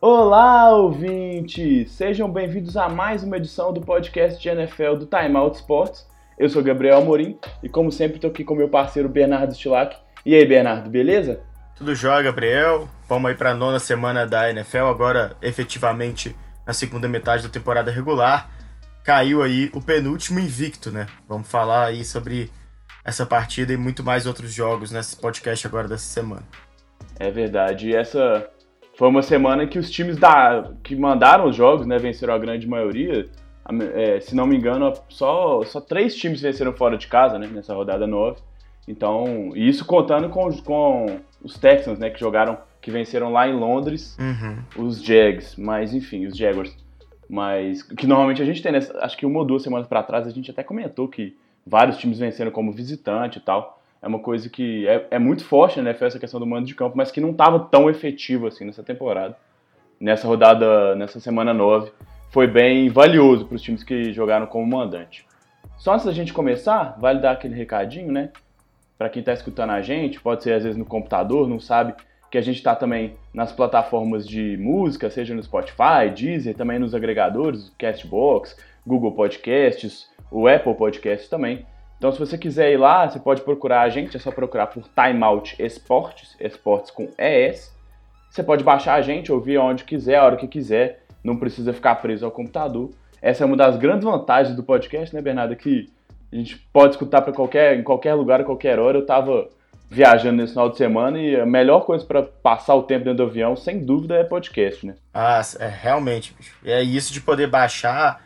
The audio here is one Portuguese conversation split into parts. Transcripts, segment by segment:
Olá, ouvintes! Sejam bem-vindos a mais uma edição do podcast de NFL do Time Out Sports. Eu sou Gabriel Amorim e, como sempre, estou aqui com meu parceiro Bernardo Stilac. E aí, Bernardo, beleza? Tudo jóia, Gabriel. Vamos aí para a 9ª semana da NFL, agora efetivamente na segunda metade da temporada regular. Caiu aí o penúltimo invicto, né? Vamos falar aí sobre essa partida e muito mais outros jogos nesse podcast agora dessa semana. É verdade, e essa foi uma semana que os times que mandaram os jogos, né, venceram a grande maioria. Se não me engano, só 3 times venceram fora de casa, né, nessa rodada 9. Então, isso contando com os Texans, né, que venceram lá em Londres, os Jags, mas enfim, os Jaguars. Mas que normalmente a gente tem, né, acho que 1 ou 2 semanas para trás a gente até comentou que vários times venceram como visitante e tal. É uma coisa que é muito forte, né, essa questão do mando de campo, mas que não estava tão efetivo assim nessa temporada. Nessa rodada, nessa semana 9, foi bem valioso para os times que jogaram como mandante. Só antes da gente começar, vale dar aquele recadinho, né? Para quem está escutando a gente, pode ser às vezes no computador, não sabe, que a gente está também nas plataformas de música, seja no Spotify, Deezer, também nos agregadores, Castbox, Google Podcasts, o Apple Podcasts também. Então, se você quiser ir lá, você pode procurar a gente, é só procurar por Time Out Esportes, esportes com ES. Você pode baixar a gente, ouvir onde quiser, a hora que quiser, não precisa ficar preso ao computador. Essa é uma das grandes vantagens do podcast, né, Bernardo? Que a gente pode escutar em qualquer lugar, a qualquer hora. Eu estava viajando nesse final de semana e a melhor coisa para passar o tempo dentro do avião, sem dúvida, é podcast, né? Realmente, bicho. E é isso de poder baixar,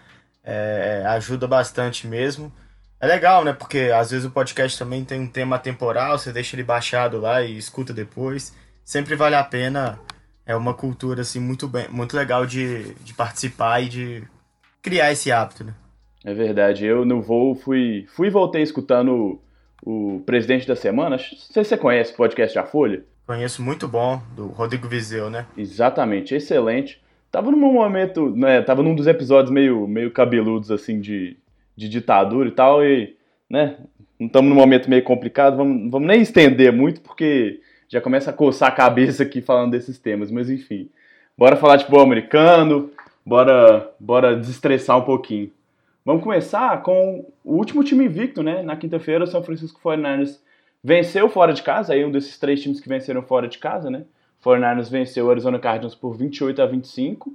ajuda bastante mesmo. É legal, né? Porque às vezes o podcast também tem um tema temporal, você deixa ele baixado lá e escuta depois. Sempre vale a pena, é uma cultura assim, muito legal de participar e de criar esse hábito, né? É verdade, eu no voo fui e voltei escutando o Presidente da Semana. Não sei se você conhece o podcast da Folha. Conheço, muito bom, do Rodrigo Vizeu, né? Exatamente, excelente. Tava num momento, né, tava num dos episódios meio cabeludos, assim, de ditadura e tal, e, né, não estamos num momento meio complicado, vamos nem estender muito, porque já começa a coçar a cabeça aqui falando desses temas, mas enfim. Bora falar de futebol americano, bora desestressar um pouquinho. Vamos começar com o último time invicto, né? Na quinta-feira, o San Francisco 49ers venceu fora de casa, aí um desses 3 times que venceram fora de casa, né? O 49ers venceu o Arizona Cardinals por 28-25.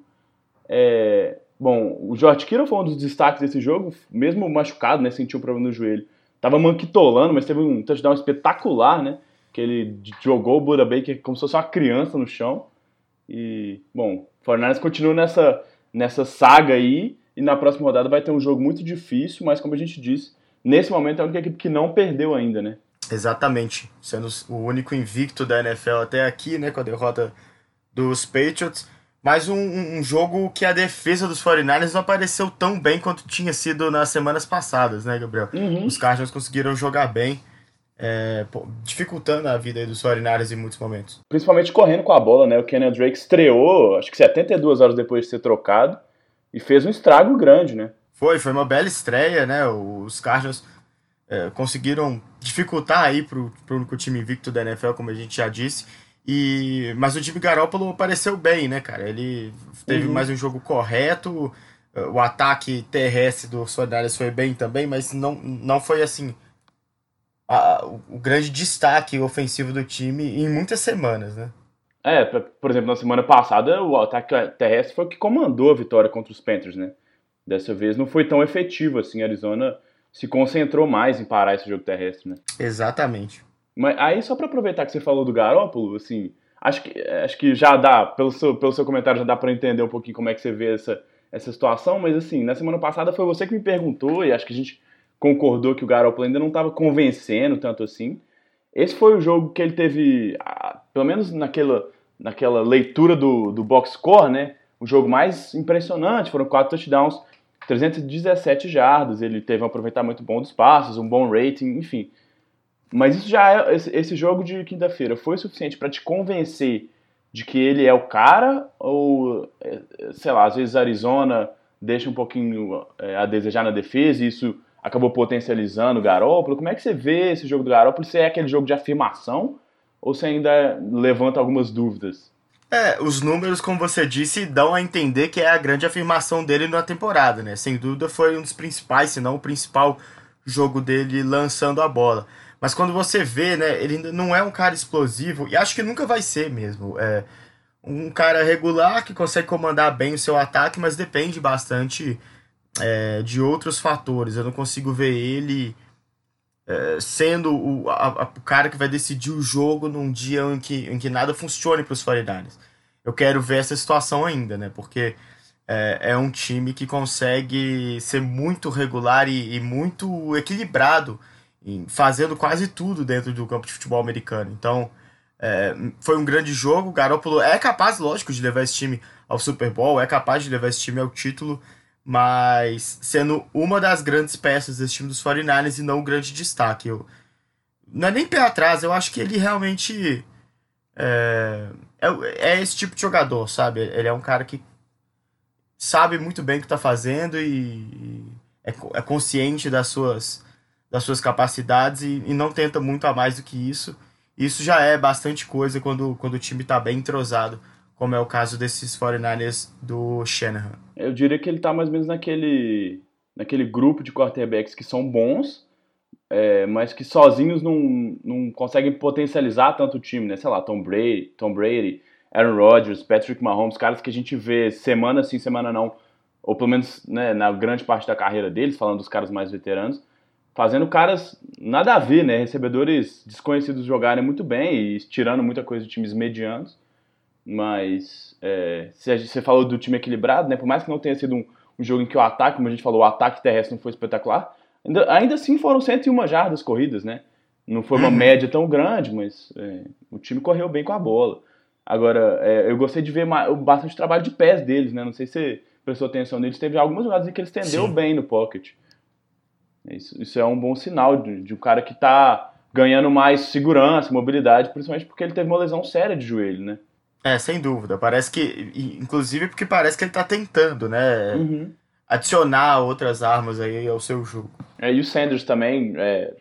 Bom, o George Kittle foi um dos destaques desse jogo, mesmo machucado, né? Sentiu um problema no joelho. Tava manquitolando, mas teve um touchdown espetacular, né? Que ele jogou o Buda Baker como se fosse uma criança no chão. E, bom, o 49ers continua nessa saga aí, e na próxima rodada vai ter um jogo muito difícil, mas como a gente disse, nesse momento é a única equipe que não perdeu ainda, né? Exatamente, sendo o único invicto da NFL até aqui, né, com a derrota dos Patriots, mas um jogo que a defesa dos 49ers não apareceu tão bem quanto tinha sido nas semanas passadas, né, Gabriel? Os Cardinals conseguiram jogar bem, dificultando a vida aí dos 49ers em muitos momentos. Principalmente correndo com a bola, né? O Kenyan Drake estreou, acho que 72 horas depois de ser trocado, e fez um estrago grande, né? Foi uma bela estreia, né? Os Cardinals conseguiram dificultar aí pro único time invicto da NFL, como a gente já disse. Mas o Jimmy Garoppolo apareceu bem, né, cara? Ele teve mais um jogo correto, o ataque terrestre do 49ers foi bem também, mas não foi assim o grande destaque ofensivo do time em muitas semanas, né? Por exemplo, na semana passada o ataque terrestre foi o que comandou a vitória contra os Panthers, né? Dessa vez não foi tão efetivo assim, a Arizona se concentrou mais em parar esse jogo terrestre, né? Exatamente. Mas aí, só para aproveitar que você falou do Garoppolo, assim, acho que já dá, pelo seu comentário, já dá para entender um pouquinho como é que você vê essa situação, mas assim, na semana passada foi você que me perguntou, e acho que a gente concordou que o Garoppolo ainda não estava convencendo tanto assim. Esse foi o jogo que ele teve, pelo menos naquela leitura do box score, né, o jogo mais impressionante, foram 4 touchdowns, 317 jardas, ele teve um aproveitamento bom dos passes, um bom rating, enfim. Mas isso esse jogo de quinta-feira foi suficiente para te convencer de que ele é o cara? Ou, sei lá, às vezes Arizona deixa um pouquinho a desejar na defesa e isso acabou potencializando o Garoppolo? Como é que você vê esse jogo do Garoppolo? Se é aquele jogo de afirmação ou você ainda levanta algumas dúvidas? Os números, como você disse, dão a entender que é a grande afirmação dele na temporada, né? Sem dúvida foi um dos principais, se não o principal jogo dele lançando a bola. Mas quando você vê, né, ele ainda não é um cara explosivo, e acho que nunca vai ser mesmo. É um cara regular que consegue comandar bem o seu ataque, mas depende bastante de outros fatores. Eu não consigo ver ele sendo o cara que vai decidir o jogo num dia em que nada funcione para os 49ers. Eu quero ver essa situação ainda, né? Porque é um time que consegue ser muito regular e muito equilibrado, fazendo quase tudo dentro do campo de futebol americano. Então, foi um grande jogo. O Garoppolo é capaz, lógico, de levar esse time ao Super Bowl, é capaz de levar esse time ao título, mas sendo uma das grandes peças desse time dos 49ers e não o grande destaque. Não é nem pé atrás, eu acho que ele realmente é, é esse tipo de jogador, sabe? Ele é um cara que sabe muito bem o que está fazendo e é consciente das suas capacidades e não tenta muito a mais do que isso. Isso já é bastante coisa quando o time está bem entrosado, como é o caso desses 49ers do Shanahan. Eu diria que ele tá mais ou menos naquele grupo de quarterbacks que são bons, mas que sozinhos não conseguem potencializar tanto o time, né? Sei lá, Tom Brady, Aaron Rodgers, Patrick Mahomes, caras que a gente vê semana sim, semana não, ou pelo menos, né, na grande parte da carreira deles, falando dos caras mais veteranos, fazendo caras nada a ver, né? Recebedores desconhecidos jogarem muito bem e tirando muita coisa de times medianos. Mas você falou do time equilibrado, né? Por mais que não tenha sido um jogo em que o ataque, como a gente falou, o ataque terrestre não foi espetacular, ainda assim foram 101 jardas corridas, né? Não foi uma Uhum. média tão grande, mas o time correu bem com a bola. Agora, eu gostei de ver bastante trabalho de pés deles, né? Não sei se você prestou atenção neles, teve algumas jogadas em que ele estendeu Sim. bem no pocket. Isso é um bom sinal de um cara que tá ganhando mais segurança, mobilidade, principalmente porque ele teve uma lesão séria de joelho, né? Sem dúvida. Parece que, inclusive porque parece que ele tá tentando, né, Uhum. adicionar outras armas aí ao seu jogo. E o Sanders também,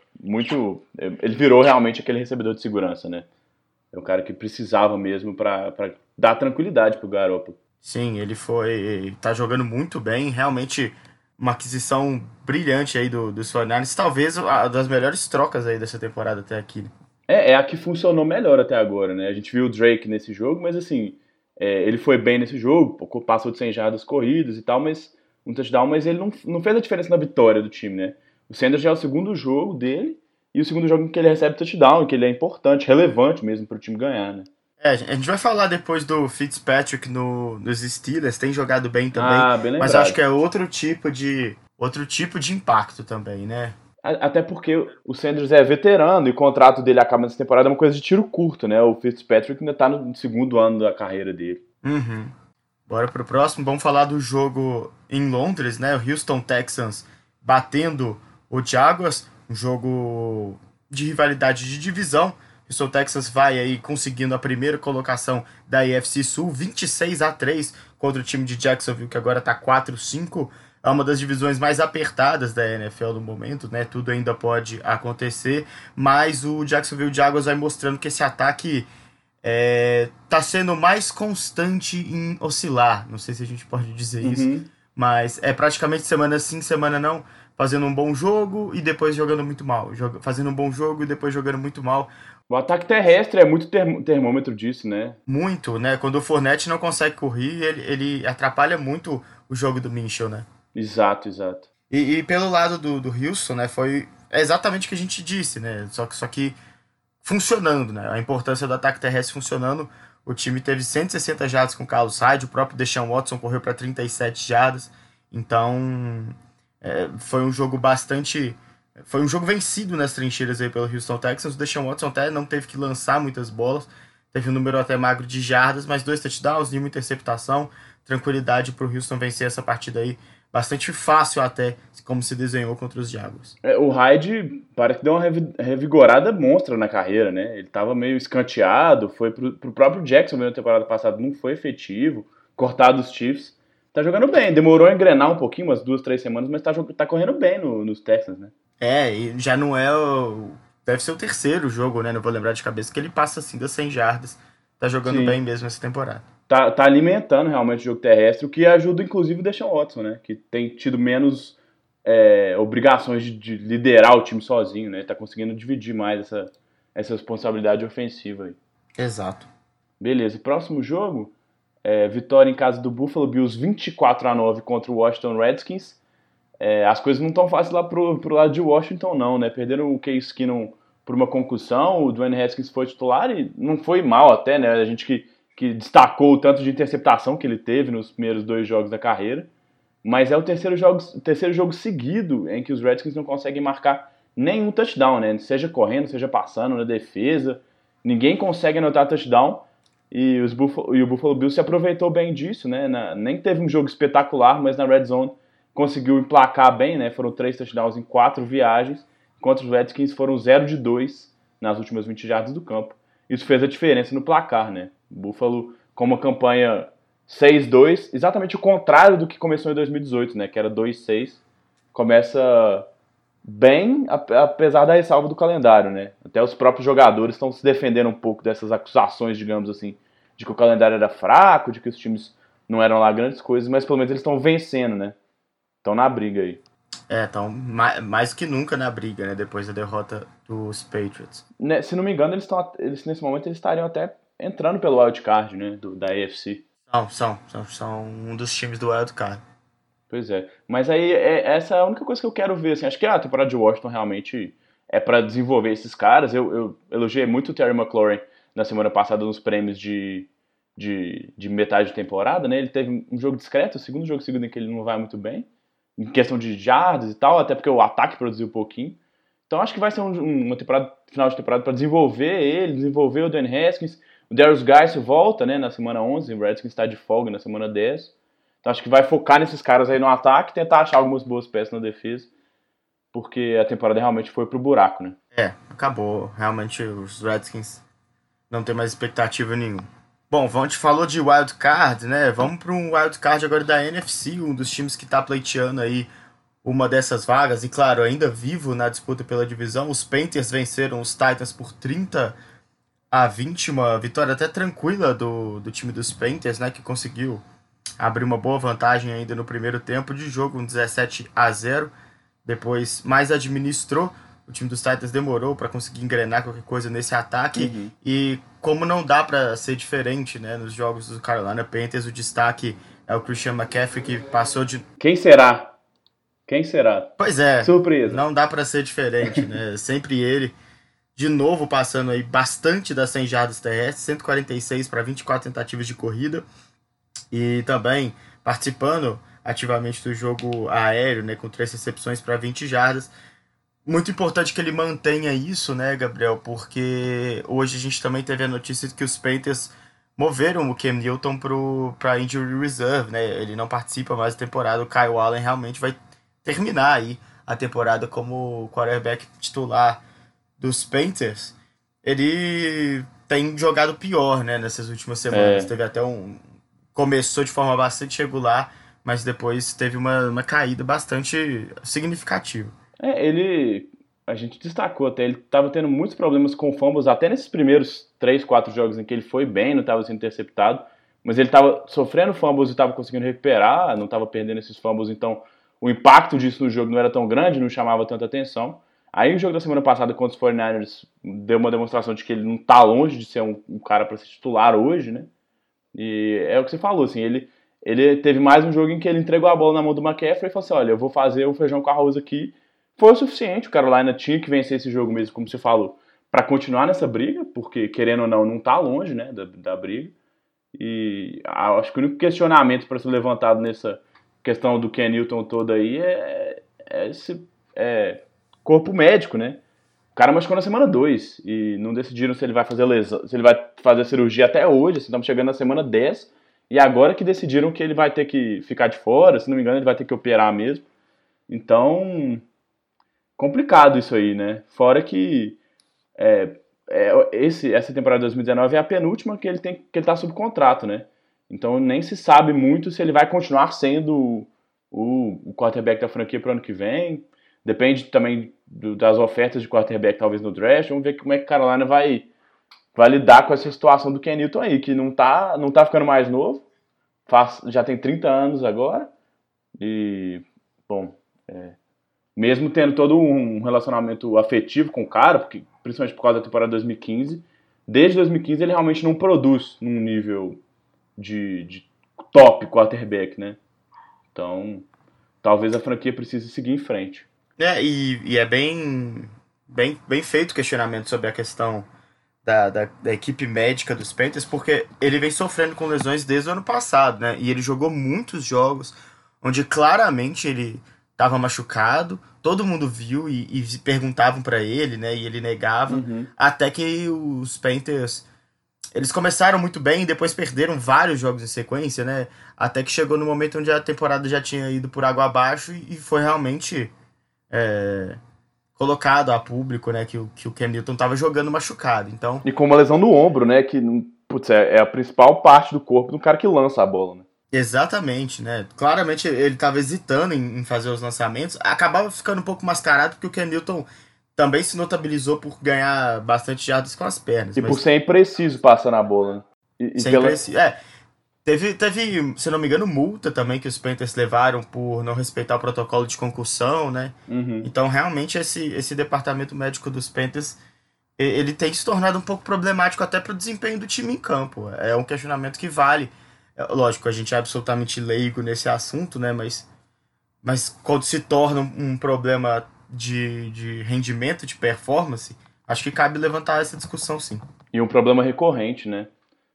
ele virou realmente aquele recebedor de segurança, né? É o cara que precisava mesmo pra dar tranquilidade pro Garoppolo. Sim, tá jogando muito bem, realmente uma aquisição brilhante aí dos 49ers, talvez a das melhores trocas aí dessa temporada até aqui, né? É a que funcionou melhor até agora, né? A gente viu o Drake nesse jogo, mas assim, ele foi bem nesse jogo, passou de 100 jardas corridas e tal, mas um touchdown, mas ele não fez a diferença na vitória do time, né? O Sanders já é o segundo jogo dele e o segundo jogo em que ele recebe touchdown, em que ele é importante, relevante mesmo pro time ganhar, né? A gente vai falar depois do Fitzpatrick nos Steelers, tem jogado bem também, Ah, bem mas acho lembrado. que é outro tipo de impacto também, né? Até porque o Sanders é veterano e o contrato dele acaba nessa temporada é uma coisa de tiro curto, né? O Fitzpatrick ainda tá no segundo ano da carreira dele. Uhum. Bora pro próximo, vamos falar do jogo em Londres, né? O Houston Texans batendo o Jaguars, um jogo de rivalidade de divisão. O Houston Texans vai aí conseguindo a primeira colocação da AFC Sul, 26-3 contra o time de Jacksonville, que agora tá 4-5. É uma das divisões mais apertadas da NFL no momento, né? Tudo ainda pode acontecer, mas o Jacksonville Jaguars vai mostrando que esse ataque tá sendo mais constante em oscilar. Não sei se a gente pode dizer isso, Uhum. mas é praticamente semana sim, semana não, fazendo um bom jogo e depois jogando muito mal. Fazendo um bom jogo e depois jogando muito mal. O ataque terrestre é muito termômetro disso, né? Muito, né? Quando o Fournette não consegue correr, ele atrapalha muito o jogo do Minchel, né? Exato, exato. E pelo lado do Houston, né? Foi exatamente o que a gente disse, né? Só que funcionando, né? A importância do ataque terrestre funcionando. O time teve 160 jardas com o Carlos Hyde, o próprio Deshaun Watson correu para 37 jardas. Então, foi um jogo bastante. Foi um jogo vencido nas trincheiras aí pelo Houston Texans. O Deshaun Watson até não teve que lançar muitas bolas, teve um número até magro de jardas, mas 2 touchdowns, nenhuma interceptação. Tranquilidade para o Houston vencer essa partida aí. Bastante fácil até, como se desenhou contra os Jaguars. O Hyde parece que deu uma revigorada monstra na carreira, né? Ele tava meio escanteado, foi pro próprio Jackson na temporada passada, não foi efetivo, cortado os Chiefs. Tá jogando bem, demorou a engrenar um pouquinho, umas 2, 3 semanas, mas tá correndo bem nos Texans, né? E já não é o. Deve ser o terceiro jogo, né? Não vou lembrar de cabeça, que ele passa assim das 100 jardas. tá jogando Sim. bem mesmo essa temporada. Tá alimentando realmente o jogo terrestre, o que ajuda inclusive o Deshaun Watson, né? Que tem tido menos obrigações de liderar o time sozinho, né? Tá conseguindo dividir mais essa responsabilidade ofensiva aí. Exato. Beleza, próximo jogo, vitória em casa do Buffalo Bills 24-9 contra o Washington Redskins. As coisas não estão fáceis lá pro lado de Washington, não, né? Perderam o Case Keenum por uma concussão, o Dwayne Haskins foi titular e não foi mal até, né? A gente que destacou o tanto de interceptação que ele teve nos primeiros 2 jogos da carreira. Mas é o terceiro jogo seguido em que os Redskins não conseguem marcar nenhum touchdown, né? Seja correndo, seja passando, na defesa. Ninguém consegue anotar touchdown. E o Buffalo Bills se aproveitou bem disso, né? Nem teve um jogo espetacular, mas na Red Zone conseguiu emplacar bem, né? Foram 3 touchdowns em 4 viagens, enquanto os Redskins foram 0 de 2 nas últimas 20 jardas do campo. Isso fez a diferença no placar, né? O Buffalo, com uma campanha 6-2, exatamente o contrário do que começou em 2018, né? Que era 2-6. Começa bem, apesar da ressalva do calendário, né? Até os próprios jogadores estão se defendendo um pouco dessas acusações, digamos assim, de que o calendário era fraco, de que os times não eram lá grandes coisas, mas pelo menos eles estão vencendo, né? Estão na briga aí. Então, mais que nunca na briga, né? Depois da derrota dos Patriots. Se não me engano, eles nesse momento eles estariam até entrando pelo wildcard, né? Da AFC. São um dos times do Wild Card. Pois é. Mas aí, essa é a única coisa que eu quero ver, assim. Acho que a temporada de Washington realmente é para desenvolver esses caras. Eu elogiei muito o Terry McLaurin na semana passada nos prêmios de metade de temporada, né? Ele teve um jogo discreto, o segundo jogo seguido em que ele não vai muito bem, em questão de jardas e tal, até porque o ataque produziu um pouquinho. Então acho que vai ser uma final de temporada para desenvolver ele, desenvolver o Dan Haskins. O Darius Guice volta, né, na semana 11, o Redskins está de folga na semana 10. Então acho que vai focar nesses caras aí no ataque e tentar achar algumas boas peças na defesa, porque a temporada realmente foi pro buraco, né? Acabou. Realmente os Redskins não tem mais expectativa nenhuma. Bom, a gente falou de Wild Card, né? Vamos para um Wild Card agora da NFC, um dos times que está pleiteando aí uma dessas vagas, e claro, ainda vivo na disputa pela divisão. Os Panthers venceram os Titans por 30-20, uma vitória até tranquila do time dos Panthers, né? Que conseguiu abrir uma boa vantagem ainda no primeiro tempo de jogo, um 17-0. Depois mais administrou. O time dos Titans demorou para conseguir engrenar qualquer coisa nesse ataque. Uhum. E como não dá para ser diferente, né, nos jogos do Carolina Panthers, o destaque é o Christian McCaffrey, que passou de... Quem será? Quem será? Pois é, Surpresa. não dá para ser diferente, né? Sempre ele, de novo passando aí bastante das 100 jardas terrestres, 146 para 24 tentativas de corrida. E também participando ativamente do jogo aéreo, né, com 3 recepções para 20 jardas. Muito importante que ele mantenha isso, né, Gabriel? Porque hoje a gente também teve a notícia de que os Panthers moveram o Cam Newton para Injury Reserve, né? Ele não participa mais da temporada. O Kyle Allen realmente vai terminar aí a temporada como quarterback titular dos Panthers. Ele tem jogado pior, né, nessas últimas semanas. Teve até começou de forma bastante regular, mas depois teve uma caída bastante significativa. A gente destacou até, ele estava tendo muitos problemas com fumbles, até nesses primeiros 3, 4 jogos em que ele foi bem, não estava sendo interceptado, mas ele estava sofrendo fumbles e estava conseguindo recuperar, não estava perdendo esses fumbles, então o impacto disso no jogo não era tão grande, não chamava tanta atenção. Aí o jogo da semana passada contra os 49ers deu uma demonstração de que ele não está longe de ser um cara para ser titular hoje, né? E é o que você falou, assim, ele teve mais um jogo em que ele entregou a bola na mão do McCaffrey e falou assim, olha, eu vou fazer o feijão com arroz aqui. Foi o suficiente, o Carolina tinha que vencer esse jogo mesmo, como você falou, para continuar nessa briga, porque, querendo ou não tá longe, né, da briga. E acho que o único questionamento para ser levantado nessa questão do Ken Newton todo aí é esse corpo médico, né? O cara machucou na semana 2 e não decidiram se ele vai fazer se ele vai fazer cirurgia até hoje, assim, estamos chegando na semana 10 e agora que decidiram que ele vai ter que ficar de fora, se não me engano ele vai ter que operar mesmo. Então, complicado isso aí, né? Fora que essa temporada de 2019 é a penúltima que ele tá sob contrato, né? Então nem se sabe muito se ele vai continuar sendo o quarterback da franquia para o ano que vem. Depende também das ofertas de quarterback, talvez no draft. Vamos ver como é que Carolina vai vai lidar com essa situação do Ken Newton aí, que não tá ficando mais novo, já tem 30 anos agora, e, bom, mesmo tendo todo um relacionamento afetivo com o cara, porque, principalmente por causa da temporada 2015, desde 2015 ele realmente não produz num nível de top quarterback, né? Então, talvez a franquia precise seguir em frente. E é bem feito o questionamento sobre a questão da equipe médica dos Panthers, porque ele vem sofrendo com lesões desde o ano passado, né? E ele jogou muitos jogos onde claramente ele estava machucado, todo mundo viu e perguntavam para ele, né? E ele negava, até que os Panthers eles começaram muito bem e depois perderam vários jogos em sequência, né? Até que chegou no momento onde a temporada já tinha ido por água abaixo e foi realmente colocado a público, né, que o Cam Newton estava jogando machucado. Então, e com uma lesão no ombro, né, que putz, é a principal parte do corpo do cara que lança a bola, né? exatamente, né? Claramente ele estava hesitando em fazer os lançamentos. Acabava ficando um pouco mascarado porque o Cam Newton também se notabilizou por ganhar bastante jardas com as pernas. E por ser impreciso passando a bola, né? Teve, se não me engano, multa também que os Panthers levaram por não respeitar o protocolo de concussão, né? Então, realmente, esse departamento médico dos Panthers, ele tem se tornado um pouco problemático até para o desempenho do time em campo. É um questionamento que vale. Lógico, a gente é absolutamente leigo nesse assunto, né? Mas quando se torna um problema de rendimento, de performance, acho que cabe levantar essa discussão, sim. E um problema recorrente, né?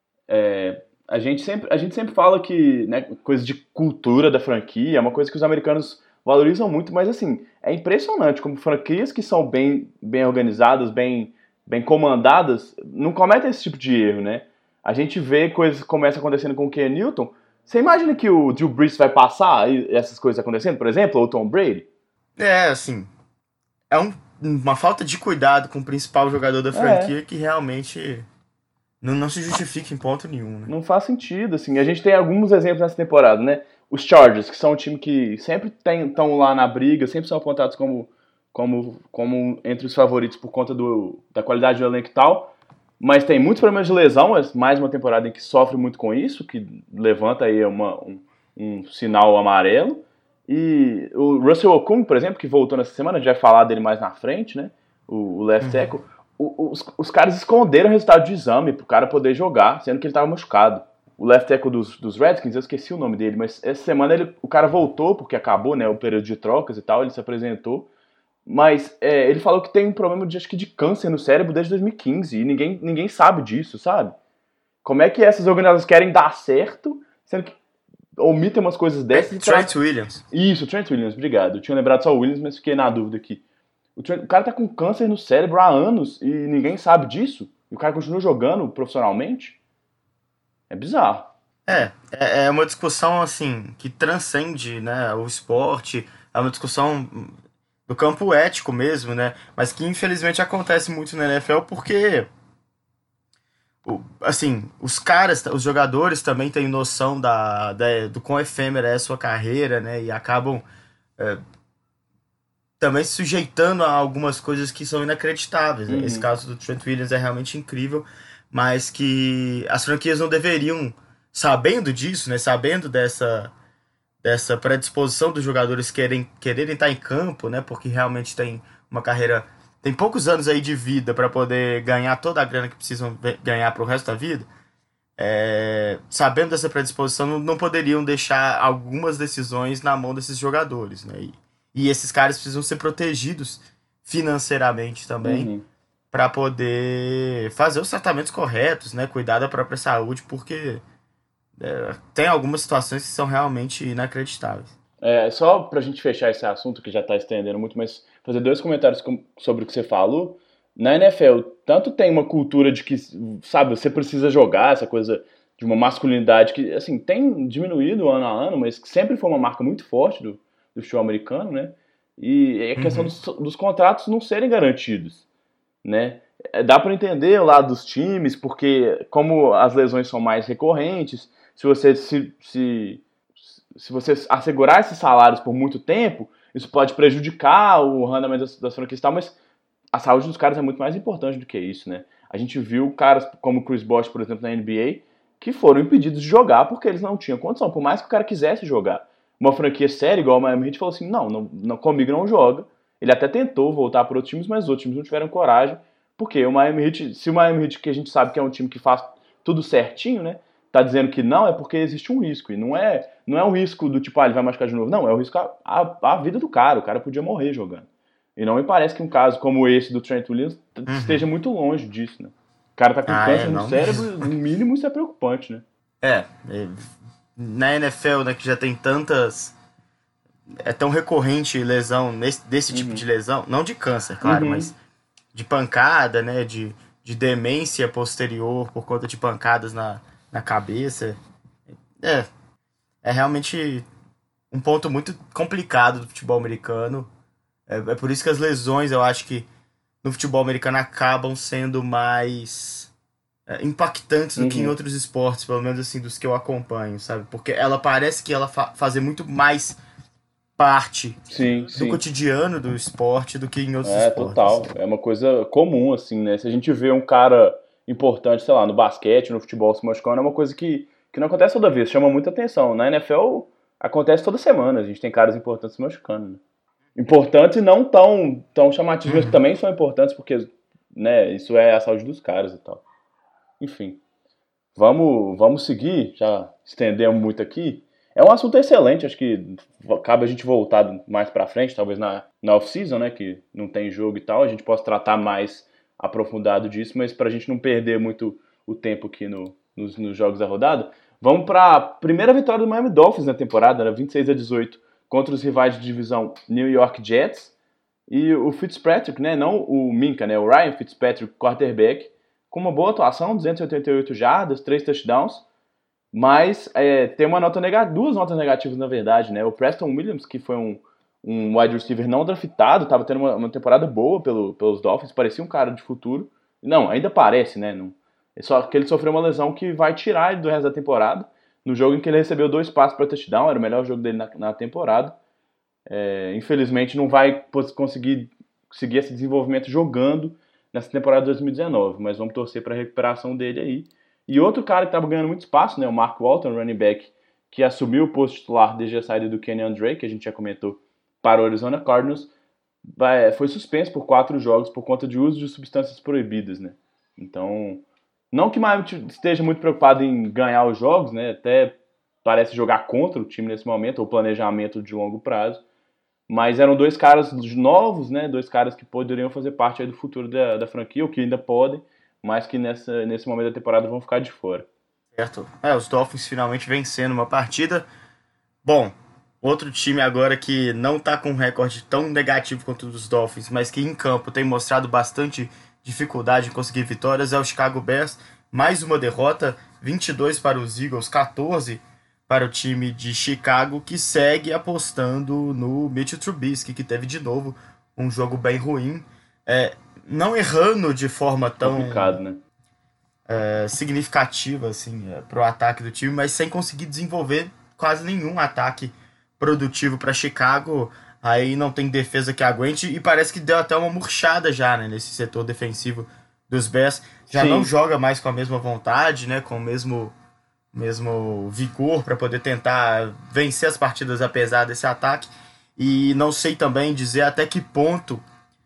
A gente sempre fala que, né, coisa de cultura da franquia é uma coisa que os americanos valorizam muito, mas assim, é impressionante como franquias que são bem organizadas, bem comandadas, não cometem esse tipo de erro, né? A gente vê coisas que começam acontecendo com o Ken Newton. Você imagina que o Drew Brees vai passar essas coisas acontecendo, por exemplo, ou o Tom Brady? Assim, é uma falta de cuidado com o principal jogador da franquia que realmente não se justifica em ponto nenhum, né? Não faz sentido, assim. A gente tem alguns exemplos nessa temporada, né? Os Chargers, que são um time que sempre estão lá na briga, sempre são apontados como entre os favoritos por conta da qualidade do elenco e tal, mas tem muitos problemas de lesão, mais uma temporada em que sofre muito com isso, que levanta aí um sinal amarelo. E o Russell Okung, por exemplo, que voltou nessa semana, a gente vai falar dele mais na frente, né? O left tackle. Os caras esconderam o resultado de exame pro cara poder jogar, sendo que ele estava machucado. O left tackle dos Redskins, eu esqueci o nome dele, mas essa semana o cara voltou, porque acabou, né, o período de trocas e tal, ele se apresentou, mas ele falou que tem um problema acho que de câncer no cérebro desde 2015, e ninguém sabe disso, sabe? Como é que essas organizações querem dar certo, sendo que omitem umas coisas dessas? Trent Williams. Isso, Trent Williams, obrigado. Eu tinha lembrado só o Williams, mas fiquei na dúvida aqui. O cara tá com câncer no cérebro há anos e ninguém sabe disso. E o cara continua jogando profissionalmente. É bizarro. É uma discussão, assim, que transcende, né, o esporte. É uma discussão do campo ético mesmo, né? Mas que infelizmente acontece muito na NFL porque, assim, os jogadores também têm noção do quão efêmera é a sua carreira, né? E acabam também se sujeitando a algumas coisas que são inacreditáveis, né? Esse caso do Trent Williams é realmente incrível, mas que as franquias não deveriam, sabendo disso, né? Sabendo dessa predisposição dos jogadores quererem estar em campo, né? Porque realmente tem uma carreira, tem poucos anos aí de vida para poder ganhar toda a grana que precisam ganhar para o resto da vida. Sabendo dessa predisposição, não poderiam deixar algumas decisões na mão desses jogadores, né? E esses caras precisam ser protegidos financeiramente também para poder fazer os tratamentos corretos, né? Cuidar da própria saúde, porque tem algumas situações que são realmente inacreditáveis. Só pra gente fechar esse assunto, que já tá estendendo muito, mas fazer 2 comentários sobre o que você falou. Na NFL, tanto tem uma cultura de que, sabe, você precisa jogar, essa coisa de uma masculinidade que, assim, tem diminuído ano a ano, mas que sempre foi uma marca muito forte do futebol americano, né? E é a questão dos contratos não serem garantidos, né? Dá para entender o lado dos times, porque como as lesões são mais recorrentes, se você assegurar esses salários por muito tempo, isso pode prejudicar o rendimento das franquias e tal, mas a saúde dos caras é muito mais importante do que isso, né? A gente viu caras como o Chris Bosh, por exemplo, na NBA, que foram impedidos de jogar porque eles não tinham condição, por mais que o cara quisesse jogar. Uma franquia séria, igual o Miami Heat, falou assim, não, comigo não joga. Ele até tentou voltar para outros times, mas os outros times não tiveram coragem, porque o Miami Heat, se o Miami Heat, que a gente sabe que é um time que faz tudo certinho, né, tá dizendo que não, é porque existe um risco, e não é um risco do tipo, ele vai machucar de novo, não, é o risco a vida do cara, o cara podia morrer jogando. E não me parece que um caso como esse do Trent Williams esteja muito longe disso, né? O cara tá com câncer no cérebro, no mínimo isso é preocupante, né? Na NFL, né, que já tem tantas... É tão recorrente lesão desse tipo de lesão, não de câncer, claro, mas de pancada, né, de demência posterior por conta de pancadas na cabeça. É realmente um ponto muito complicado do futebol americano. É por isso que as lesões, eu acho que no futebol americano acabam sendo mais impactantes do que em outros esportes, pelo menos assim, dos que eu acompanho, sabe? Porque ela parece que ela fazer muito mais parte do cotidiano do esporte do que em outros esportes. Total. É uma coisa comum, assim, né? Se a gente vê um cara importante, sei lá, no basquete, no futebol se machucando, é uma coisa que não acontece toda vez, chama muita atenção. Na NFL acontece toda semana, a gente tem caras importantes se machucando, né? Importantes e não tão chamativos, mas que também são importantes porque, né, isso é a saúde dos caras e tal. Enfim, vamos seguir, já estendemos muito aqui. É um assunto excelente, acho que cabe a gente voltar mais pra frente, talvez na off-season, né, que não tem jogo e tal, a gente possa tratar mais aprofundado disso, mas pra gente não perder muito o tempo aqui nos jogos da rodada, vamos pra primeira vitória do Miami Dolphins na temporada, né, 26-18, contra os rivais de divisão New York Jets, e o Fitzpatrick, né, não o Minka, né, o Ryan Fitzpatrick, quarterback, com uma boa atuação, 288 jardas, 3 touchdowns, mas tem duas notas negativas, na verdade, né? O Preston Williams, que foi um wide receiver não draftado, estava tendo uma temporada boa pelos Dolphins, parecia um cara de futuro. Não, ainda parece, né? Só que ele sofreu uma lesão que vai tirar ele do resto da temporada. No jogo em que ele recebeu 2 passes para touchdown, era o melhor jogo dele na temporada. Infelizmente não vai conseguir seguir esse desenvolvimento jogando nessa temporada de 2019, mas vamos torcer para a recuperação dele aí. E outro cara que estava ganhando muito espaço, né, o Mark Walton, running back, que assumiu o posto titular desde a saída do Kenyan Drake, que a gente já comentou, para o Arizona Cardinals, foi suspenso por 4 jogos por conta de uso de substâncias proibidas, né? Então, não que o Miami esteja muito preocupado em ganhar os jogos, né? Até parece jogar contra o time nesse momento, ou planejamento de longo prazo, mas eram 2 caras novos, né? 2 caras que poderiam fazer parte aí do futuro da franquia, ou que ainda podem, mas que nesse momento da temporada vão ficar de fora. Certo. Os Dolphins finalmente vencendo uma partida. Bom, outro time agora que não tá com um recorde tão negativo quanto o dos Dolphins, mas que em campo tem mostrado bastante dificuldade em conseguir vitórias, é o Chicago Bears. Mais uma derrota, 22 para os Eagles, 14 para o time de Chicago, que segue apostando no Mitchell Trubisky, que teve de novo um jogo bem ruim. Não errando de forma tão complicado, né? Significativa assim, pro ataque do time, mas sem conseguir desenvolver quase nenhum ataque produtivo para Chicago. Aí não tem defesa que aguente e parece que deu até uma murchada já, né, nesse setor defensivo dos Bears. Já Sim. Não joga mais com a mesma vontade, né, com o mesmo vigor para poder tentar vencer as partidas apesar desse ataque. E não sei também dizer até que ponto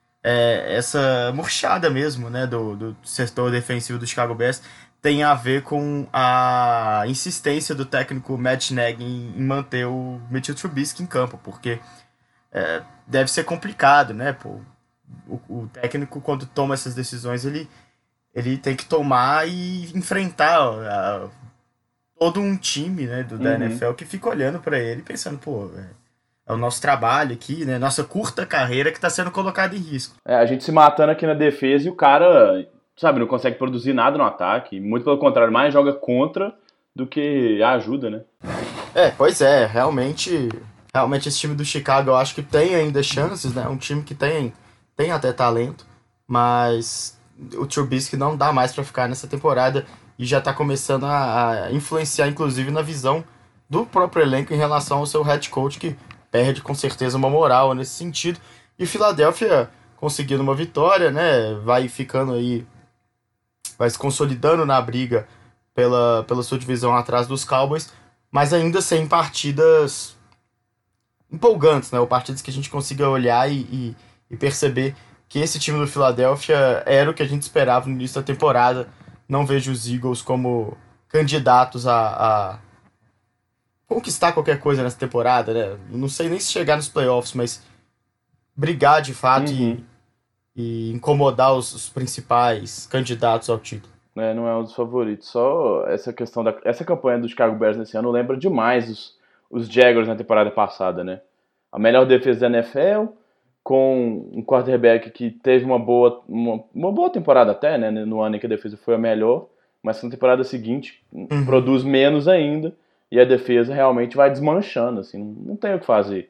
essa murchada mesmo, né, do setor defensivo do Chicago Bears tem a ver com a insistência do técnico Matt Nagy em manter o Mitchell Trubisky em campo, porque deve ser complicado, né, pô. O técnico, quando toma essas decisões, ele tem que tomar e enfrentar todo um time, né, da NFL que fica olhando para ele pensando, pô, é o nosso trabalho aqui, né? Nossa curta carreira que está sendo colocada em risco. A gente se matando aqui na defesa e o cara, sabe, não consegue produzir nada no ataque. Muito pelo contrário, mais joga contra do que ajuda, né? Pois é. Realmente esse time do Chicago eu acho que tem ainda chances, né? Um time que tem até talento, mas o Trubisky não dá mais para ficar nessa temporada e já está começando a influenciar, inclusive, na visão do próprio elenco em relação ao seu head coach, que perde com certeza uma moral nesse sentido. E o Philadelphia conseguindo uma vitória, né? Vai ficando aí, vai se consolidando na briga pela sua divisão atrás dos Cowboys, mas ainda sem partidas empolgantes, né? Ou partidas que a gente consiga olhar e perceber que esse time do Philadelphia era o que a gente esperava no início da temporada. Não vejo os Eagles como candidatos a conquistar qualquer coisa nessa temporada, né? Não sei nem se chegar nos playoffs, mas brigar de fato Uhum. e incomodar os principais candidatos ao título. Não é um dos favoritos. Só essa questão essa campanha do Chicago Bears nesse ano lembra demais os Jaguars na temporada passada, né? A melhor defesa da NFL, com um quarterback que teve uma boa temporada até, né? No ano em que a defesa foi a melhor, mas na temporada seguinte Uhum. produz menos ainda e a defesa realmente vai desmanchando, assim, não tem o que fazer.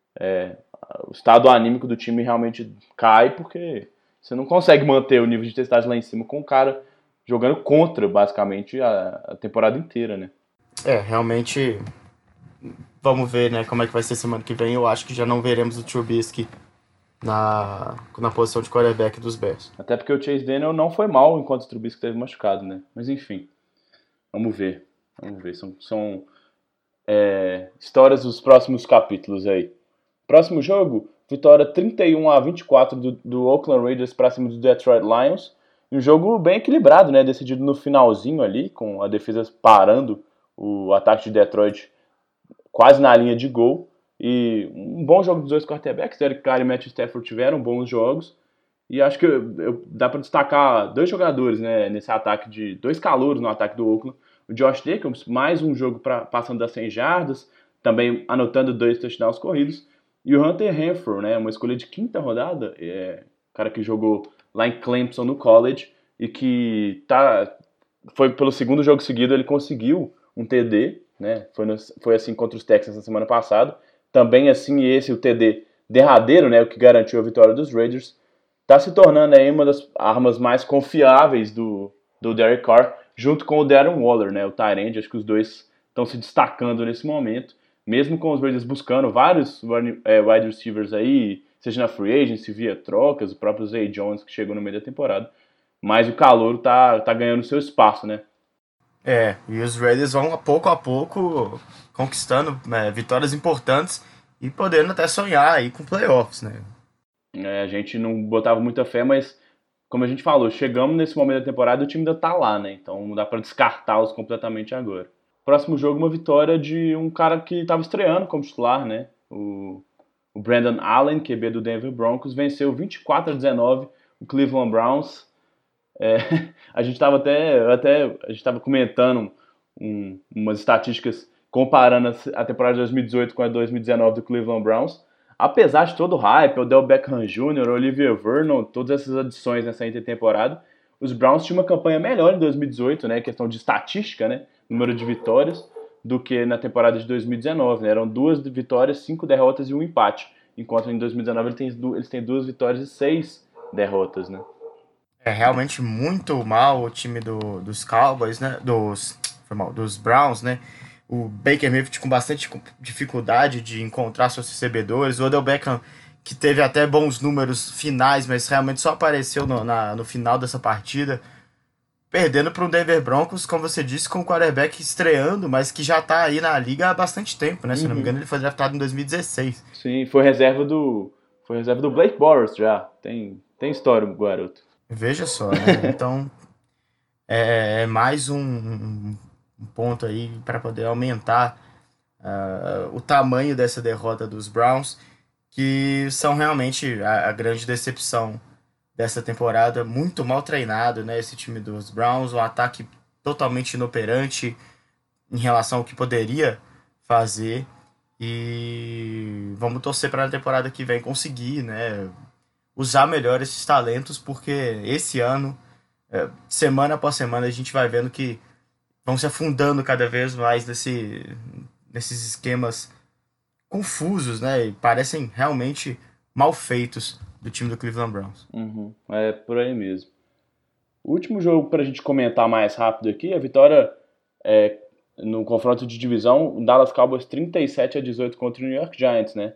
O estado anímico do time realmente cai porque você não consegue manter o nível de testagem lá em cima com o cara jogando contra, basicamente, a temporada inteira, né? Realmente, vamos ver, né, como é que vai ser semana que vem. Eu acho que já não veremos o Trubisky na posição de quarterback dos Bears. Até porque o Chase Daniel não foi mal enquanto o Trubisky esteve machucado, né? Mas enfim, vamos ver. Vamos ver. São histórias dos próximos capítulos aí. Próximo jogo, vitória 31-24 do Oakland Raiders para cima do Detroit Lions. Um jogo bem equilibrado, né? Decidido no finalzinho ali, com a defesa parando o ataque de Detroit quase na linha de gol. E um bom jogo dos dois quarterbacks. Derek Carr e Matthew Stafford tiveram bons jogos. E acho que dá para destacar dois jogadores, né, nesse ataque dois calouros no ataque do Oakland. O Josh Jacobs, mais um jogo passando das 100 jardas, também anotando 2 touchdowns corridos. E o Hunter Renfrow, né, uma escolha de quinta rodada, cara que jogou lá em Clemson no college e que foi pelo segundo jogo seguido ele conseguiu um TD, né? Foi assim contra os Texans na semana passada. Também assim o TD derradeiro, né, o que garantiu a vitória dos Raiders. Tá se tornando aí uma das armas mais confiáveis do Derek Carr, junto com o Darren Waller, né, o tight end. Acho que os dois estão se destacando nesse momento, mesmo com os Raiders buscando vários wide receivers aí, seja na free agency, via trocas, o próprio Zay Jones que chegou no meio da temporada. Mas o calouro tá ganhando seu espaço, né? E os Raiders vão a pouco conquistando, né, vitórias importantes e podendo até sonhar aí com playoffs, né? A gente não botava muita fé, mas como a gente falou, chegamos nesse momento da temporada e o time ainda tá lá, né? Então não dá pra descartá-los completamente agora. Próximo jogo, uma vitória de um cara que estava estreando como titular, né? O Brandon Allen, QB do Denver Broncos, venceu 24-19 o Cleveland Browns. É, a gente estava a gente estava comentando umas estatísticas comparando a temporada de 2018 com a de 2019 do Cleveland Browns. Apesar de todo o hype, Odell Beckham Jr., Olivier Vernon, todas essas adições nessa intertemporada, os Browns tinham uma campanha melhor em 2018, né, questão de estatística, né, número de vitórias, do que na temporada de 2019, né, eram 2 vitórias, 5 derrotas e um empate, enquanto em 2019 eles têm 2 vitórias e 6 derrotas, né. É realmente muito mal o time dos Cowboys, né? Dos Browns, né? O Baker Mayfield com bastante dificuldade de encontrar seus recebedores. O Odell Beckham, que teve até bons números finais, mas realmente só apareceu no final dessa partida. Perdendo para um Denver Broncos, como você disse, com o quarterback estreando, mas que já tá aí na liga há bastante tempo, né? Se não me engano, ele foi draftado em 2016. Sim, foi reserva do Blake Bortles já. Tem história, o garoto. Veja só, né? Então, é mais um ponto aí para poder aumentar o tamanho dessa derrota dos Browns, que são realmente a grande decepção dessa temporada. Muito mal treinado, né? Esse time dos Browns, um ataque totalmente inoperante em relação ao que poderia fazer. E vamos torcer para a temporada que vem conseguir, né, usar melhor esses talentos, porque esse ano, semana após semana, a gente vai vendo que vão se afundando cada vez mais nesses esquemas confusos, né? E parecem realmente mal feitos do time do Cleveland Browns. Uhum, é por aí mesmo. O último jogo para a gente comentar mais rápido aqui, a vitória no confronto de divisão, o Dallas Cowboys 37-18 contra o New York Giants, né?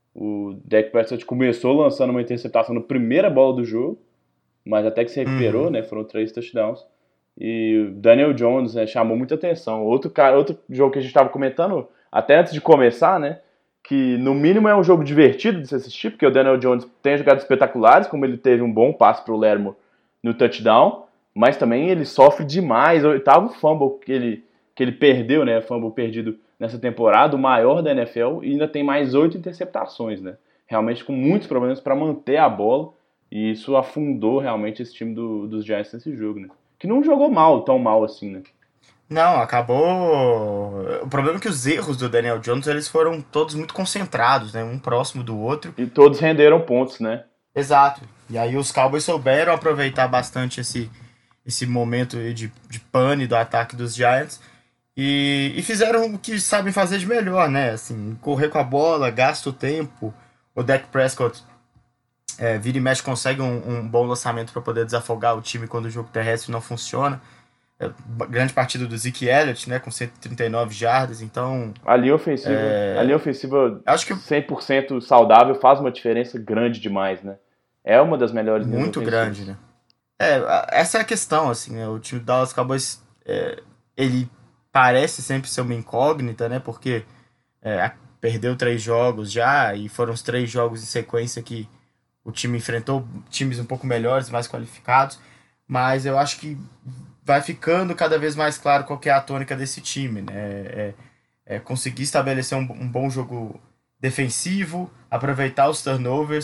O Dak Prescott começou lançando uma interceptação na primeira bola do jogo, mas até que se recuperou, né? Foram 3 touchdowns. E o Daniel Jones, né, chamou muita atenção. Outro jogo que a gente estava comentando até antes de começar, né? Que no mínimo é um jogo divertido de se assistir, porque o Daniel Jones tem jogadas espetaculares, como ele teve um bom passe pro Lermo no touchdown, mas também ele sofre demais. O oitavo fumble que ele perdeu, né? Fumble perdido nessa temporada, o maior da NFL, e ainda tem mais 8 interceptações, né? Realmente com muitos problemas para manter a bola, e isso afundou realmente esse time dos Giants nesse jogo, né? Que não jogou mal, tão mal assim, né? Não, acabou. O problema é que os erros do Daniel Jones eles foram todos muito concentrados, né? Um próximo do outro. E todos renderam pontos, né? Exato. E aí os Cowboys souberam aproveitar bastante esse momento de pane do ataque dos Giants e fizeram o que sabem fazer de melhor, né? Assim, correr com a bola, gasta o tempo. O Dak Prescott vira e mexe, consegue um bom lançamento para poder desafogar o time quando o jogo terrestre não funciona. Grande partida do Zeke Elliott, né, com 139 jardas, então... A linha ofensiva acho que 100% saudável faz uma diferença grande demais, né? É uma das melhores linhas muito ofensivas. grande, né? Essa é a questão, assim, né? O time do Dallas Cowboys, ele parece sempre ser uma incógnita, né, porque perdeu 3 jogos já, e foram os 3 jogos em sequência que o time enfrentou times um pouco melhores, mais qualificados, mas eu acho que vai ficando cada vez mais claro qual que é a tônica desse time, né? Conseguir estabelecer um bom jogo defensivo, aproveitar os turnovers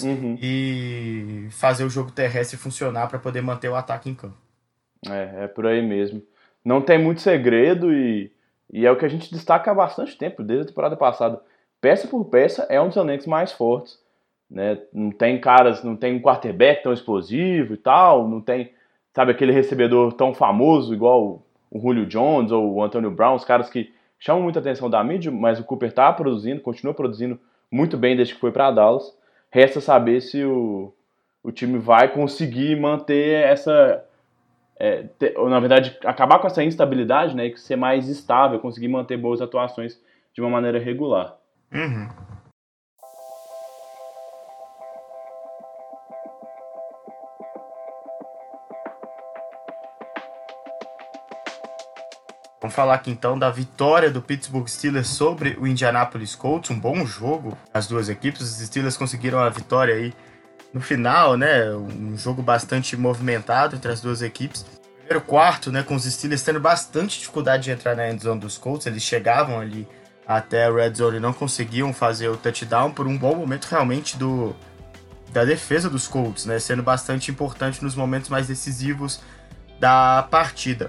e fazer o jogo terrestre funcionar para poder manter o ataque em campo. É por aí mesmo. Não tem muito segredo e é o que a gente destaca há bastante tempo, desde a temporada passada. Peça por peça é um dos elencos mais fortes, né? Não tem um quarterback tão explosivo e tal, não tem, sabe, aquele recebedor tão famoso igual o Julio Jones ou o Antonio Brown, os caras que chamam muita atenção da mídia, mas o Cooper tá produzindo, continua produzindo muito bem desde que foi para Dallas. Resta saber se o time vai conseguir manter essa... na verdade, acabar com essa instabilidade, né, e ser mais estável, conseguir manter boas atuações de uma maneira regular. Vamos falar aqui então da vitória do Pittsburgh Steelers sobre o Indianapolis Colts, um bom jogo as duas equipes. Os Steelers conseguiram a vitória aí no final, né? Um jogo bastante movimentado entre as duas equipes. Primeiro quarto, né, com os Steelers tendo bastante dificuldade de entrar na endzone dos Colts, eles chegavam ali até a red zone e não conseguiam fazer o touchdown por um bom momento realmente da defesa dos Colts, né, sendo bastante importante nos momentos mais decisivos da partida.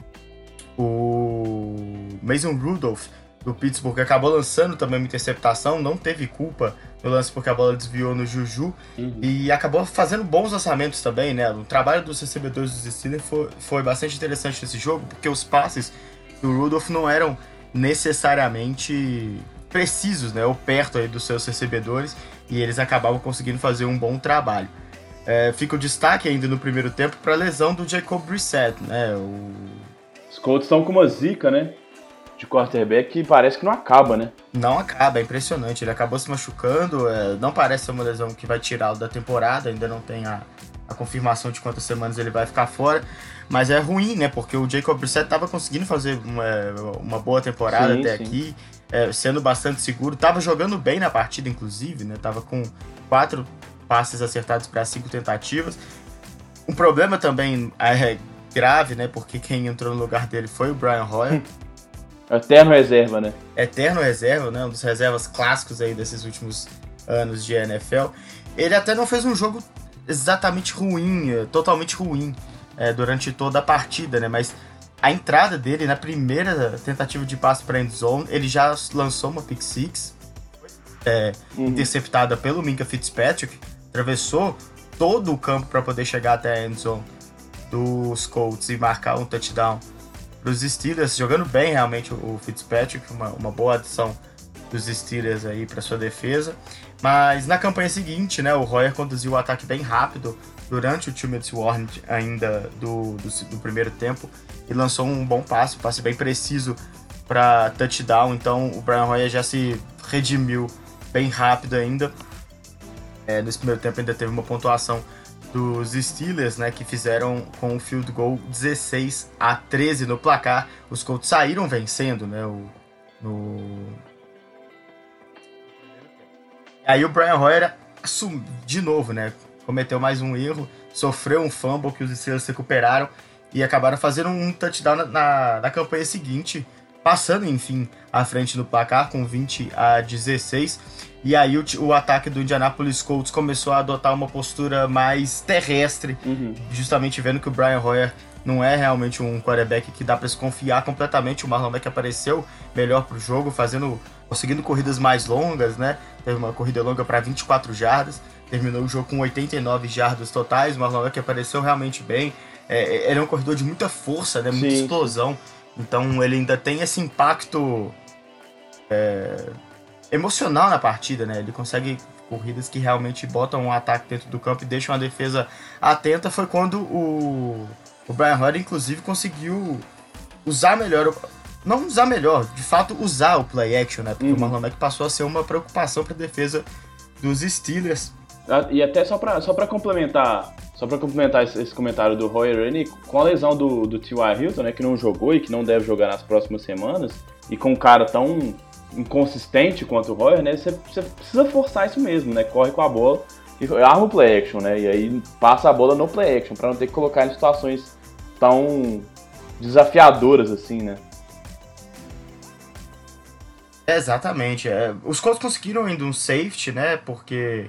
O Mason Rudolph do Pittsburgh acabou lançando também uma interceptação, não teve culpa no lance porque a bola desviou no Juju e acabou fazendo bons lançamentos também, né? O trabalho dos recebedores dos Steelers foi bastante interessante nesse jogo, porque os passes do Rudolph não eram necessariamente precisos, né? Ou perto aí dos seus recebedores, e eles acabavam conseguindo fazer um bom trabalho. Fica o destaque ainda no primeiro tempo para a lesão do Jacob Brissett, né? Os Colts estão com uma zica, né? De quarterback que parece que não acaba, né? Não acaba, é impressionante. Ele acabou se machucando, não parece ser uma lesão que vai tirá-lo da temporada, ainda não tem a confirmação de quantas semanas ele vai ficar fora, mas é ruim, né? Porque o Jacob Brissett estava conseguindo fazer uma boa temporada aqui, sendo bastante seguro, estava jogando bem na partida, inclusive, né? Tava com 4 passes acertados para 5 tentativas. Um problema também grave, né? Porque quem entrou no lugar dele foi o Brian Hoyer. Eterno reserva, né? Eterno reserva, né? Um dos reservas clássicos aí desses últimos anos de NFL. Ele até não fez um jogo exatamente ruim, totalmente ruim, durante toda a partida, né? Mas a entrada dele na primeira tentativa de passe para endzone, ele já lançou uma pick six, interceptada pelo Minkah Fitzpatrick, atravessou todo o campo para poder chegar até a endzone dos Colts e marcar um touchdown para os Steelers, jogando bem realmente o Fitzpatrick, uma boa adição dos Steelers aí para sua defesa. Mas na campanha seguinte, né, o Hoyer conduziu o ataque bem rápido durante o 2-minute warning ainda do primeiro tempo e lançou um bom passe bem preciso para touchdown. Então o Brian Hoyer já se redimiu bem rápido ainda. Nesse primeiro tempo ainda teve uma pontuação dos Steelers, né, que fizeram com o field goal 16-13 no placar. Os Colts saíram vencendo, né, Aí o Brian Hoyer de novo, né, cometeu mais um erro, sofreu um fumble que os Steelers recuperaram e acabaram fazendo um touchdown na campanha seguinte, passando, enfim, à frente no placar com 20-16. E aí o ataque do Indianapolis Colts começou a adotar uma postura mais terrestre, justamente vendo que o Brian Hoyer não é realmente um quarterback que dá para se confiar completamente. O Marlon Mack apareceu melhor pro jogo, conseguindo corridas mais longas, né? Teve uma corrida longa para 24 jardas, terminou o jogo com 89 jardas totais. O Marlon Mack apareceu realmente bem. Ele é um corredor de muita força, né? Muita explosão. Então ele ainda tem esse impacto emocional na partida, né? Ele consegue corridas que realmente botam um ataque dentro do campo e deixam a defesa atenta. Foi quando o Brian Hoyer, inclusive, conseguiu usar melhor, não usar melhor, de fato usar o play action, né? Porque o Marlon Mack passou a ser uma preocupação para a defesa dos Steelers. E até só para complementar esse comentário do Hoyer, com a lesão do T.Y. Hilton, né, que não jogou e que não deve jogar nas próximas semanas, e com um cara tão inconsistente quanto o Hoyer, né, você precisa forçar isso mesmo, né, corre com a bola e arma o play action, né, e aí passa a bola no play action, para não ter que colocar em situações tão desafiadoras assim, né. Exatamente. Os Colts conseguiram ainda um safety, né, porque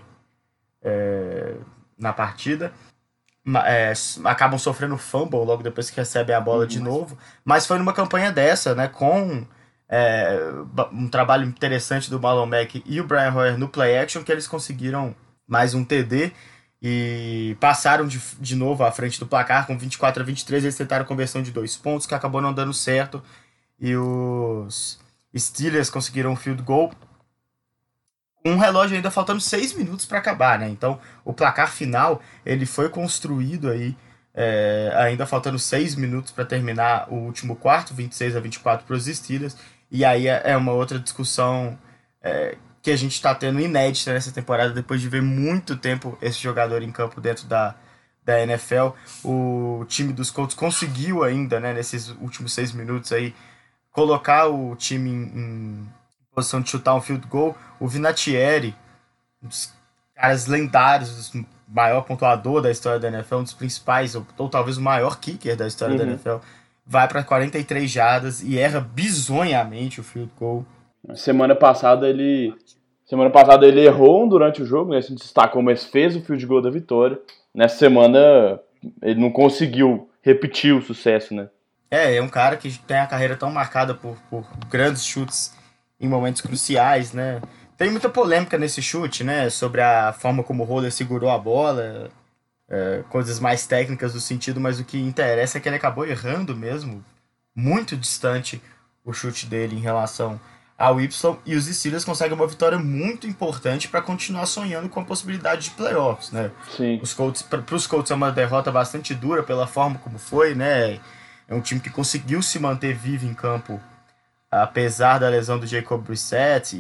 na partida acabam sofrendo fumble logo depois que recebem a bola de novo, mas foi numa campanha dessa, né, com um trabalho interessante do Marlon Mack e o Brian Hoyer no play action, que eles conseguiram mais um TD e passaram de novo à frente do placar com 24-23. Eles tentaram conversão de 2 pontos, que acabou não dando certo, e os Steelers conseguiram um field goal com um relógio ainda faltando 6 minutos para acabar, né? Então o placar final ele foi construído aí ainda faltando 6 minutos para terminar o último quarto, 26-24 para os Steelers. E aí é uma outra discussão que a gente está tendo inédita nessa temporada, depois de ver muito tempo esse jogador em campo dentro da NFL. O time dos Colts conseguiu ainda, né, nesses últimos 6 minutos aí, colocar o time em posição de chutar um field goal. O Vinatieri, um dos caras lendários, o maior pontuador da história da NFL, um dos principais, ou talvez o maior kicker da história da NFL, vai para 43 jardas e erra bizonhamente o field goal. Semana passada ele errou durante o jogo, né? Se destacou, mas fez o field goal da vitória. Nessa semana ele não conseguiu repetir o sucesso, né? É um cara que tem a carreira tão marcada por grandes chutes em momentos cruciais, né? Tem muita polêmica nesse chute, né? Sobre a forma como o Holler segurou a bola, coisas mais técnicas do sentido, mas o que interessa é que ele acabou errando mesmo, muito distante o chute dele em relação ao Y, e os Steelers conseguem uma vitória muito importante para continuar sonhando com a possibilidade de playoffs, né? Sim. Para os Colts é uma derrota bastante dura pela forma como foi, né? É um time que conseguiu se manter vivo em campo apesar da lesão do Jacob Brissett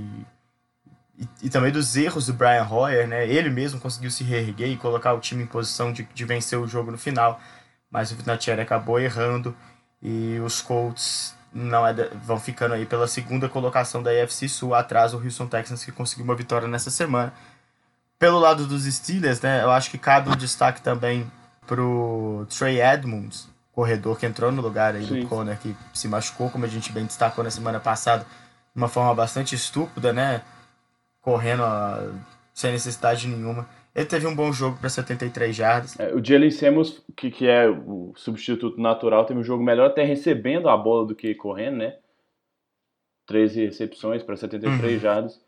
e também dos erros do Brian Hoyer, né? Ele mesmo conseguiu se reerguer e colocar o time em posição de vencer o jogo no final, mas o Vinatieri acabou errando e os Colts vão ficando aí pela segunda colocação da AFC Sul, atrás do Houston Texans, que conseguiu uma vitória nessa semana. Pelo lado dos Steelers, né, eu acho que cabe um destaque também pro Trey Edmunds, corredor que entrou no lugar aí do Conner, que se machucou, como a gente bem destacou na semana passada, de uma forma bastante estúpida, né, correndo sem necessidade nenhuma. Ele teve um bom jogo para 73 jardas. O Jalen Samuels, que é o substituto natural, teve um jogo melhor até recebendo a bola do que correndo, né? 13 recepções para 73 jardas.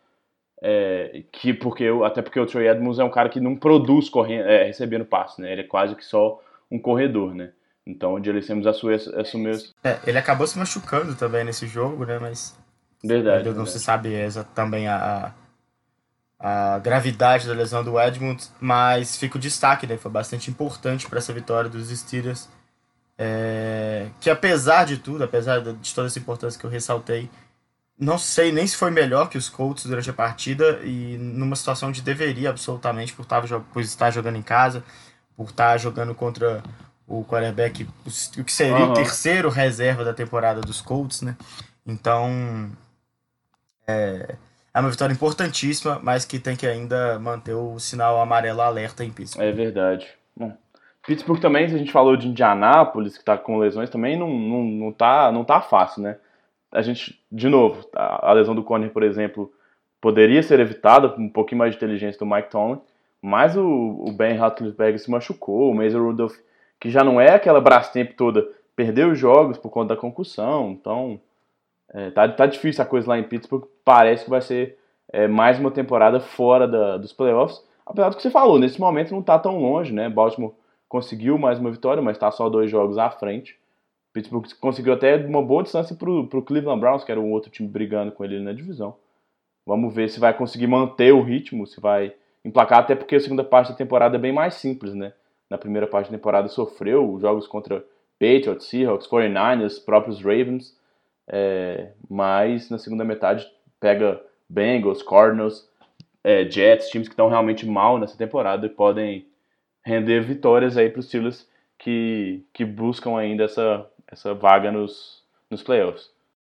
Até porque o Trey Edmunds é um cara que não produz recebendo passe, né? Ele é quase que só um corredor, né? Então o Jalen Samuels assumiu... Ele acabou se machucando também nesse jogo, né? Mas verdade. Não se sabe também a gravidade da lesão do Edmunds, mas fica o destaque, né? Foi bastante importante para essa vitória dos Steelers, que apesar de tudo, apesar de toda essa importância que eu ressaltei, não sei nem se foi melhor que os Colts durante a partida e numa situação onde deveria absolutamente por estar jogando em casa, por estar jogando contra o quarterback, o que seria o Aham. terceiro reserva da temporada dos Colts, né? Então, é uma vitória importantíssima, mas que tem que ainda manter o sinal amarelo alerta em É Pittsburgh. verdade. Bom, Pittsburgh também, se a gente falou de Indianápolis, que tá com lesões, também não tá fácil, né? A gente, de novo, a lesão do Conner, por exemplo, poderia ser evitada com um pouquinho mais de inteligência do Mike Tomlin, mas o Ben Roethlisberger se machucou, o Mason Rudolph, que já não é aquela Brastemp toda, perdeu os jogos por conta da concussão, então tá difícil a coisa lá em Pittsburgh, parece que vai ser mais uma temporada fora dos playoffs, apesar do que você falou, nesse momento não tá tão longe, né? Baltimore conseguiu mais uma vitória, mas tá só 2 jogos à frente. Pittsburgh conseguiu até uma boa distância pro Cleveland Browns, que era um outro time brigando com ele na divisão. Vamos ver se vai conseguir manter o ritmo, se vai emplacar, até porque a segunda parte da temporada é bem mais simples, né? Na primeira parte da temporada sofreu jogos contra Patriots, Seahawks, 49ers, próprios Ravens, mas na segunda metade pega Bengals, Cardinals, Jets, times que estão realmente mal nessa temporada e podem render vitórias aí para os Steelers que buscam ainda essa vaga nos playoffs.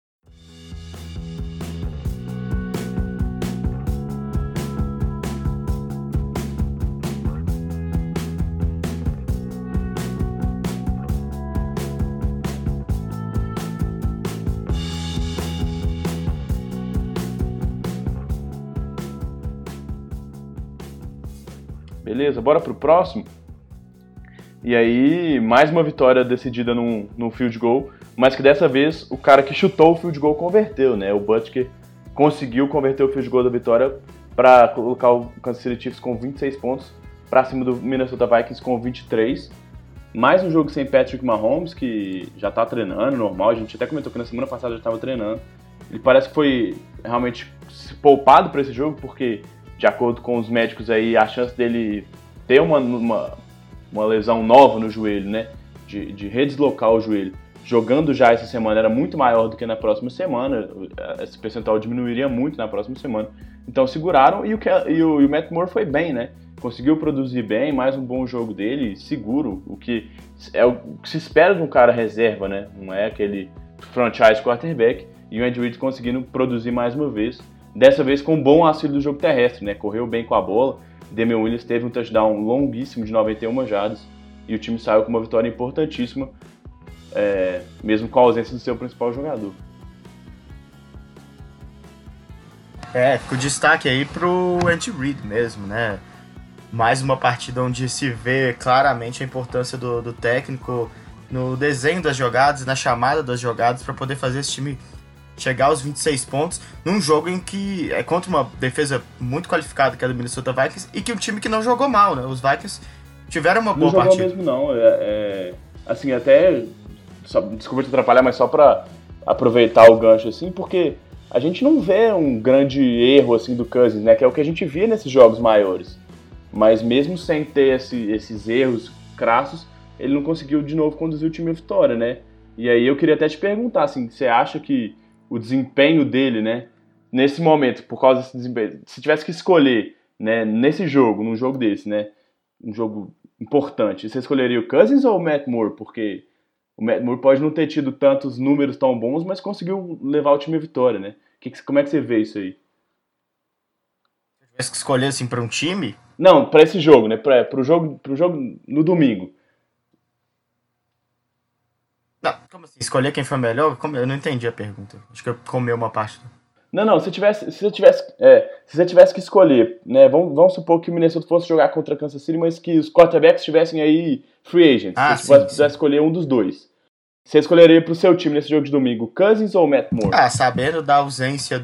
Beleza, bora pro próximo? E aí, mais uma vitória decidida num field goal, mas que dessa vez o cara que chutou o field goal converteu, né? O Butker conseguiu converter o field goal da vitória para colocar o Kansas City Chiefs com 26 pontos para cima do Minnesota Vikings com 23. Mais um jogo sem Patrick Mahomes, que já tá treinando, normal. A gente até comentou que na semana passada já estava treinando. Ele parece que foi realmente poupado para esse jogo, porque, de acordo com os médicos aí, a chance dele ter uma lesão nova no joelho, né? De redeslocar o joelho, jogando já essa semana, era muito maior do que na próxima semana. Esse percentual diminuiria muito na próxima semana. Então seguraram e o Matt Moore foi bem, né? Conseguiu produzir bem, mais um bom jogo dele, seguro, o que se espera de um cara reserva, né? Não é aquele franchise quarterback. E o Andy Reid conseguindo produzir mais uma vez, dessa vez com um bom auxílio do jogo terrestre, né? Correu bem com a bola. Damian Williams teve um touchdown longuíssimo de 91 jardas e o time saiu com uma vitória importantíssima, mesmo com a ausência do seu principal jogador. Com destaque aí pro Andy Reid mesmo, né? Mais uma partida onde se vê claramente a importância do técnico no desenho das jogadas, na chamada das jogadas, para poder fazer esse time chegar aos 26 pontos, num jogo em que é contra uma defesa muito qualificada, que é do Minnesota Vikings, e que um time que não jogou mal, né? Os Vikings tiveram uma boa partida. Não jogou mesmo, não. Assim, até... desculpa te atrapalhar, mas só pra aproveitar o gancho, assim, porque a gente não vê um grande erro, assim, do Cousins, né? Que é o que a gente via nesses jogos maiores. Mas mesmo sem ter esses erros crassos, ele não conseguiu de novo conduzir o time à vitória, né? E aí eu queria até te perguntar, assim, você acha que o desempenho dele, né, nesse momento, por causa desse desempenho, se tivesse que escolher, né, nesse jogo, num jogo desse, né, um jogo importante, você escolheria o Cousins ou o Matt Moore? Porque o Matt Moore pode não ter tido tantos números tão bons, mas conseguiu levar o time à vitória, né? Como é que você vê isso aí? Se eu tivesse que escolher assim para um time, Não, pra esse jogo, né, pro jogo no domingo. não, como assim? Escolher quem foi melhor? Eu não entendi a pergunta. Acho que eu comi uma parte. Não, se você tivesse que escolher, né, vamos supor que o Minnesota fosse jogar contra Kansas City, mas que os quarterbacks estivessem aí free agents, se você pudesse escolher um dos dois. Você escolheria pro seu time nesse jogo de domingo, Cousins ou Matt Moore? Sabendo da ausência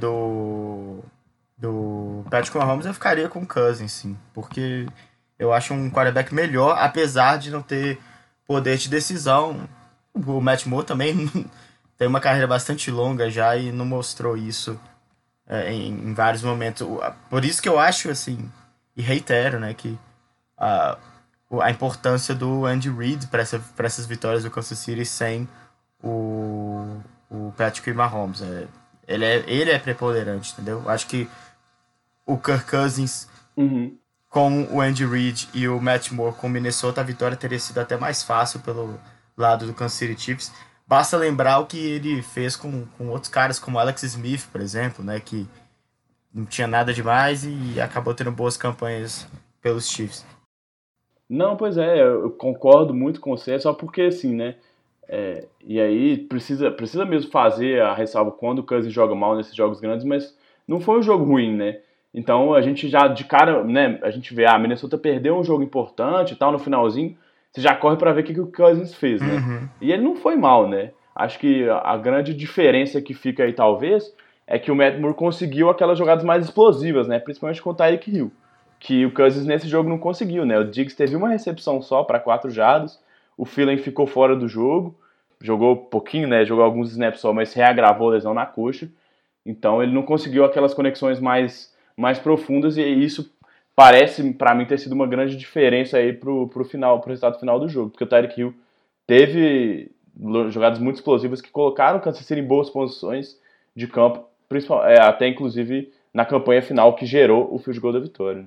do Patrick Mahomes, eu ficaria com o Cousins, sim. Porque eu acho um quarterback melhor, apesar de não ter poder de decisão. O Matt Moore também tem uma carreira bastante longa já e não mostrou isso em vários momentos. Por isso que eu acho, assim, e reitero, né, que a importância do Andy Reid para essas vitórias do Kansas City sem o Patrick Mahomes. Ele é preponderante, entendeu? Acho que o Kirk Cousins com o Andy Reid e o Matt Moore com o Minnesota, a vitória teria sido até mais fácil pelo lado do Kansas City Chiefs. Basta lembrar o que ele fez com outros caras, como Alex Smith, por exemplo, né, que não tinha nada demais e acabou tendo boas campanhas pelos Chiefs. Não, pois é, eu concordo muito com você, só porque assim, né? E aí precisa mesmo fazer a ressalva quando o Cousins joga mal nesses jogos grandes, mas não foi um jogo ruim, né? Então a gente já de cara, né? A gente vê, a Minnesota perdeu um jogo importante e tal no finalzinho, você já corre pra ver o que o Cousins fez, né? E ele não foi mal, né? Acho que a grande diferença que fica aí talvez é que o Matt Moore conseguiu aquelas jogadas mais explosivas, né? Principalmente com o Tyreek Hill, que o Cousins nesse jogo não conseguiu, né? O Diggs teve uma recepção só para 4 jardas, o Thielen ficou fora do jogo, jogou pouquinho, né? Jogou alguns snaps só, mas reagravou a lesão na coxa. Então ele não conseguiu aquelas conexões mais profundas e isso parece para mim ter sido uma grande diferença aí pro resultado final do jogo, porque o Tyreek Hill teve jogadas muito explosivas que colocaram o Kansas City em boas posições de campo, até inclusive na campanha final que gerou o field goal da vitória.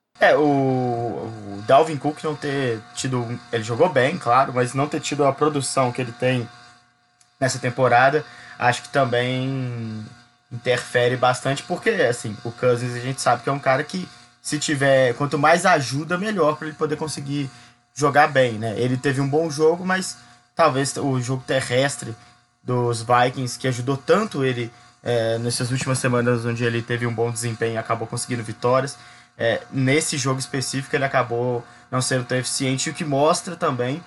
O Dalvin Cook não ter tido. Ele jogou bem, claro, mas não ter tido a produção que ele tem nessa temporada, acho que também interfere bastante, porque, assim, o Cousins a gente sabe que é um cara que, se tiver. Quanto mais ajuda, melhor para ele poder conseguir jogar bem, né? Ele teve um bom jogo, mas talvez o jogo terrestre dos Vikings, que ajudou tanto ele nessas últimas semanas, onde ele teve um bom desempenho e acabou conseguindo vitórias. Nesse jogo específico ele acabou não sendo tão eficiente, o que mostra também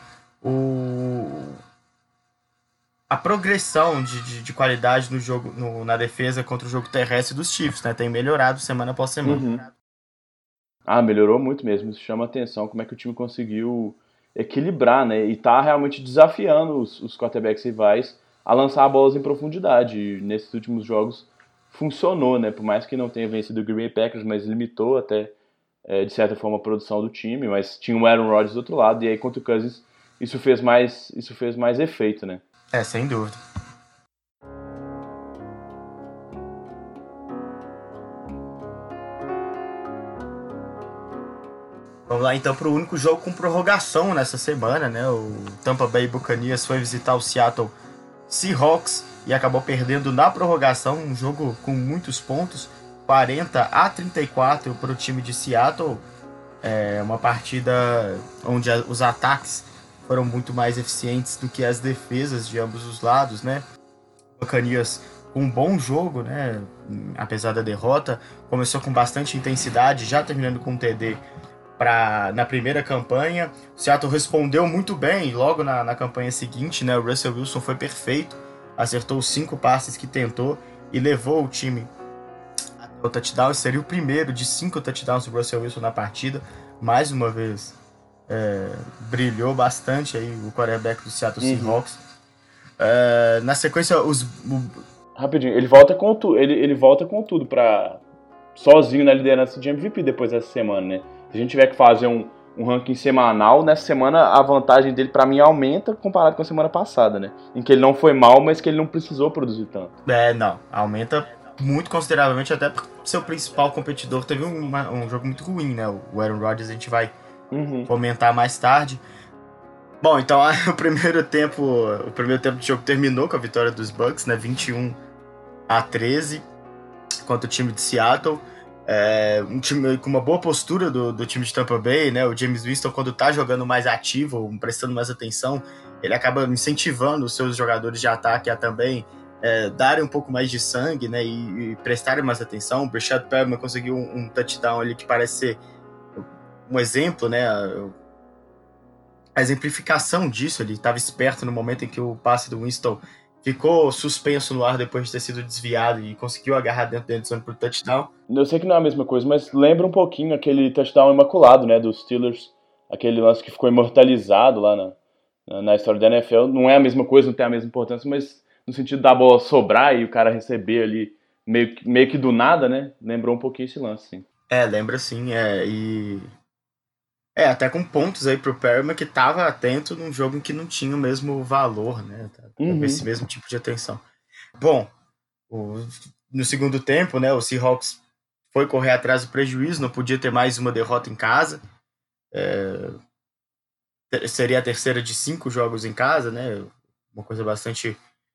a progressão de qualidade no jogo, na defesa contra o jogo terrestre dos Chiefs, né? Tem melhorado semana após semana. Melhorou muito mesmo. Isso chama atenção como é que o time conseguiu equilibrar, né? E tá realmente desafiando os quarterbacks rivais a lançar bolas em profundidade. E nesses últimos jogos funcionou, né? Por mais que não tenha vencido o Green Bay Packers, mas limitou até, de certa forma, a produção do time. Mas tinha o Aaron Rodgers do outro lado, e aí contra o Cousins isso fez mais efeito, né? Sem dúvida. Vamos lá então para o único jogo com prorrogação nessa semana, né? O Tampa Bay Buccaneers foi visitar o Seattle Seahawks e acabou perdendo na prorrogação, um jogo com muitos pontos, 40-34 para o time de Seattle. Uma partida onde os ataques foram muito mais eficientes do que as defesas de ambos os lados, né? O Buccaneers com um bom jogo, né? Apesar da derrota, começou com bastante intensidade, já terminando com um TD na primeira campanha. O Seattle respondeu muito bem logo na campanha seguinte, né? O Russell Wilson foi perfeito, acertou os 5 passes que tentou e levou o time até o touchdown. Seria o primeiro de 5 touchdowns do Russell Wilson na partida. Mais uma vez brilhou bastante aí o quarterback do Seattle Seahawks. Na sequência, Rapidinho, ele volta com tudo para sozinho na liderança de MVP depois dessa semana, né? Se a gente tiver que fazer um ranking semanal, nessa semana a vantagem dele pra mim aumenta comparado com a semana passada, né? Em que ele não foi mal, mas que ele não precisou produzir tanto. Não, aumenta muito consideravelmente, até porque seu principal competidor teve um jogo muito ruim, né? O Aaron Rodgers a gente vai comentar mais tarde. Bom, então o primeiro tempo de jogo terminou com a vitória dos Bucks, né? 21-13 contra o time de Seattle. Um time com uma boa postura do time de Tampa Bay, né? O James Winston, quando tá jogando mais ativo, prestando mais atenção, ele acaba incentivando os seus jogadores de ataque a também darem um pouco mais de sangue, né? E prestarem mais atenção. O Breshad Perriman conseguiu um touchdown ali que parece ser um exemplo, né? A exemplificação disso. Ele estava esperto no momento em que o passe do Winston ficou suspenso no ar depois de ter sido desviado e conseguiu agarrar dentro da endzone pro touchdown. Eu sei que não é a mesma coisa, mas lembra um pouquinho aquele touchdown imaculado, né, dos Steelers, aquele lance que ficou imortalizado lá na história da NFL. Não é a mesma coisa, não tem a mesma importância, mas no sentido da bola sobrar e o cara receber ali meio que do nada, né, lembrou um pouquinho esse lance, sim. Lembra sim, até com pontos aí pro Perriman, que tava atento num jogo em que não tinha o mesmo valor, né? Esse mesmo tipo de atenção. Bom, no segundo tempo, né, o Seahawks foi correr atrás do prejuízo, não podia ter mais uma derrota em casa. Seria a terceira de 5 jogos em casa, né? Uma coisa bastante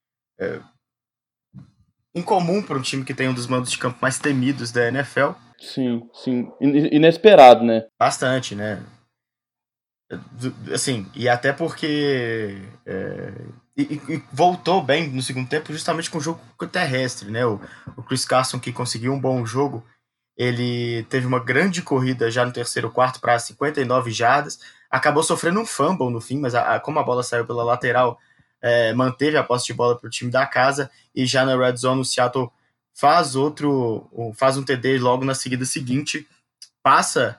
incomum para um time que tem um dos mandos de campo mais temidos da NFL. Sim, sim. Inesperado, né? Bastante, né? Assim, e até porque e voltou bem no segundo tempo justamente com o jogo terrestre, né? O Chris Carson, que conseguiu um bom jogo, ele teve uma grande corrida já no terceiro quarto para 59 jardas, acabou sofrendo um fumble no fim, mas como a bola saiu pela lateral, manteve a posse de bola para o time da casa, e já na red zone o Seattle faz um TD logo na seguida seguinte, passa...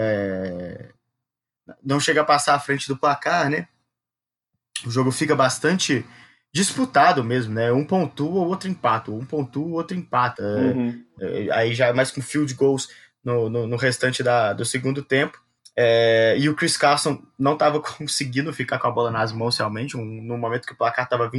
não chega a passar à frente do placar, né? O jogo fica bastante disputado mesmo, né? Um pontua, o outro empata. Um pontua, o outro empata. Uhum. Aí já mais com field goals no restante do segundo tempo. E o Chris Carson não estava conseguindo ficar com a bola nas mãos realmente. No momento que o placar estava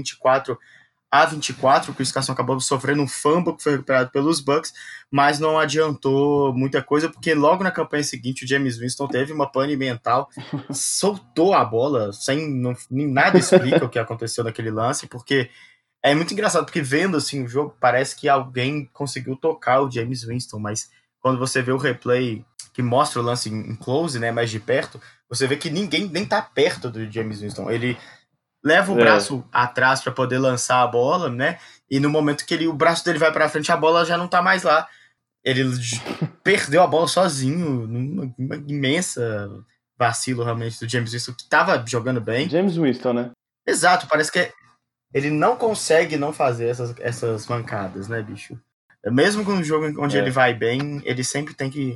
24-24, o Chris Carson acabou sofrendo um fumble que foi recuperado pelos Bucks, mas não adiantou muita coisa, porque logo na campanha seguinte o Jameis Winston teve uma pane mental, soltou a bola, nada explica o que aconteceu naquele lance, porque é muito engraçado, porque vendo assim o jogo, parece que alguém conseguiu tocar o Jameis Winston, mas quando você vê o replay que mostra o lance em close, né, mais de perto, você vê que ninguém nem tá perto do Jameis Winston. Ele leva o braço atrás para poder lançar a bola, né? E no momento que o braço dele vai para frente, a bola já não tá mais lá. Ele perdeu a bola sozinho, numa imensa vacilo realmente do James Winston, que tava jogando bem. Jameis Winston, né? Exato, parece que ele não consegue não fazer essas mancadas, né, bicho? Mesmo com um jogo onde ele vai bem, ele sempre tem que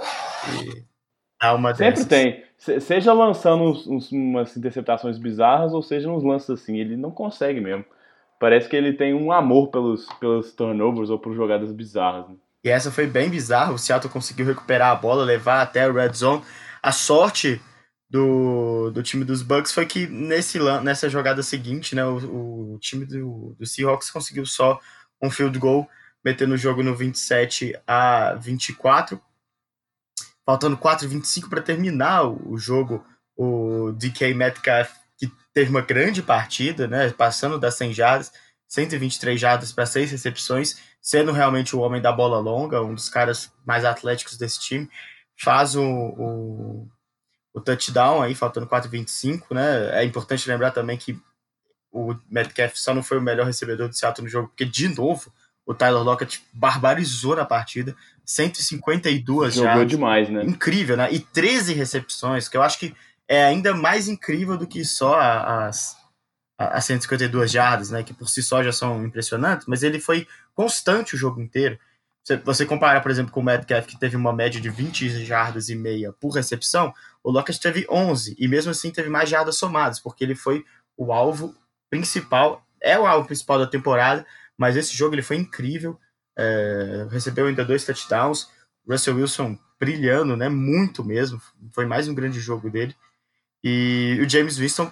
dar uma Sempre dessas. tem. Seja lançando umas interceptações bizarras, ou seja uns lances assim. Ele não consegue mesmo. Parece que ele tem um amor pelos turnovers ou por jogadas bizarras. Né? E essa foi bem bizarra. O Seattle conseguiu recuperar a bola, levar até o red zone. A sorte do time dos Bucks foi que nessa jogada seguinte, né, o time do Seahawks conseguiu só um field goal, metendo o jogo no 27-24. Faltando 4:25 para terminar o jogo, o DK Metcalf, que teve uma grande partida, né, passando das 100 jardas, 123 jardas para 6 recepções, sendo realmente o homem da bola longa, um dos caras mais atléticos desse time, faz o touchdown aí, faltando 4:25, né? É importante lembrar também que o Metcalf só não foi o melhor recebedor do Seattle no jogo, porque, de novo, o Tyler Lockett barbarizou na partida, 152 Jogou jardas. demais, né? Incrível, né? E 13 recepções, que eu acho que é ainda mais incrível do que só as 152 jardas, né? Que por si só já são impressionantes, mas ele foi constante o jogo inteiro. Você comparar, por exemplo, com o Metcalf, que teve uma média de 20 jardas e meia por recepção, o Lockett teve 11, e mesmo assim teve mais jardas somadas, porque ele foi o alvo principal, é o alvo principal da temporada, mas esse jogo ele foi incrível, recebeu ainda 2 touchdowns, Russell Wilson brilhando, né, muito mesmo, foi mais um grande jogo dele, e o Jameis Winston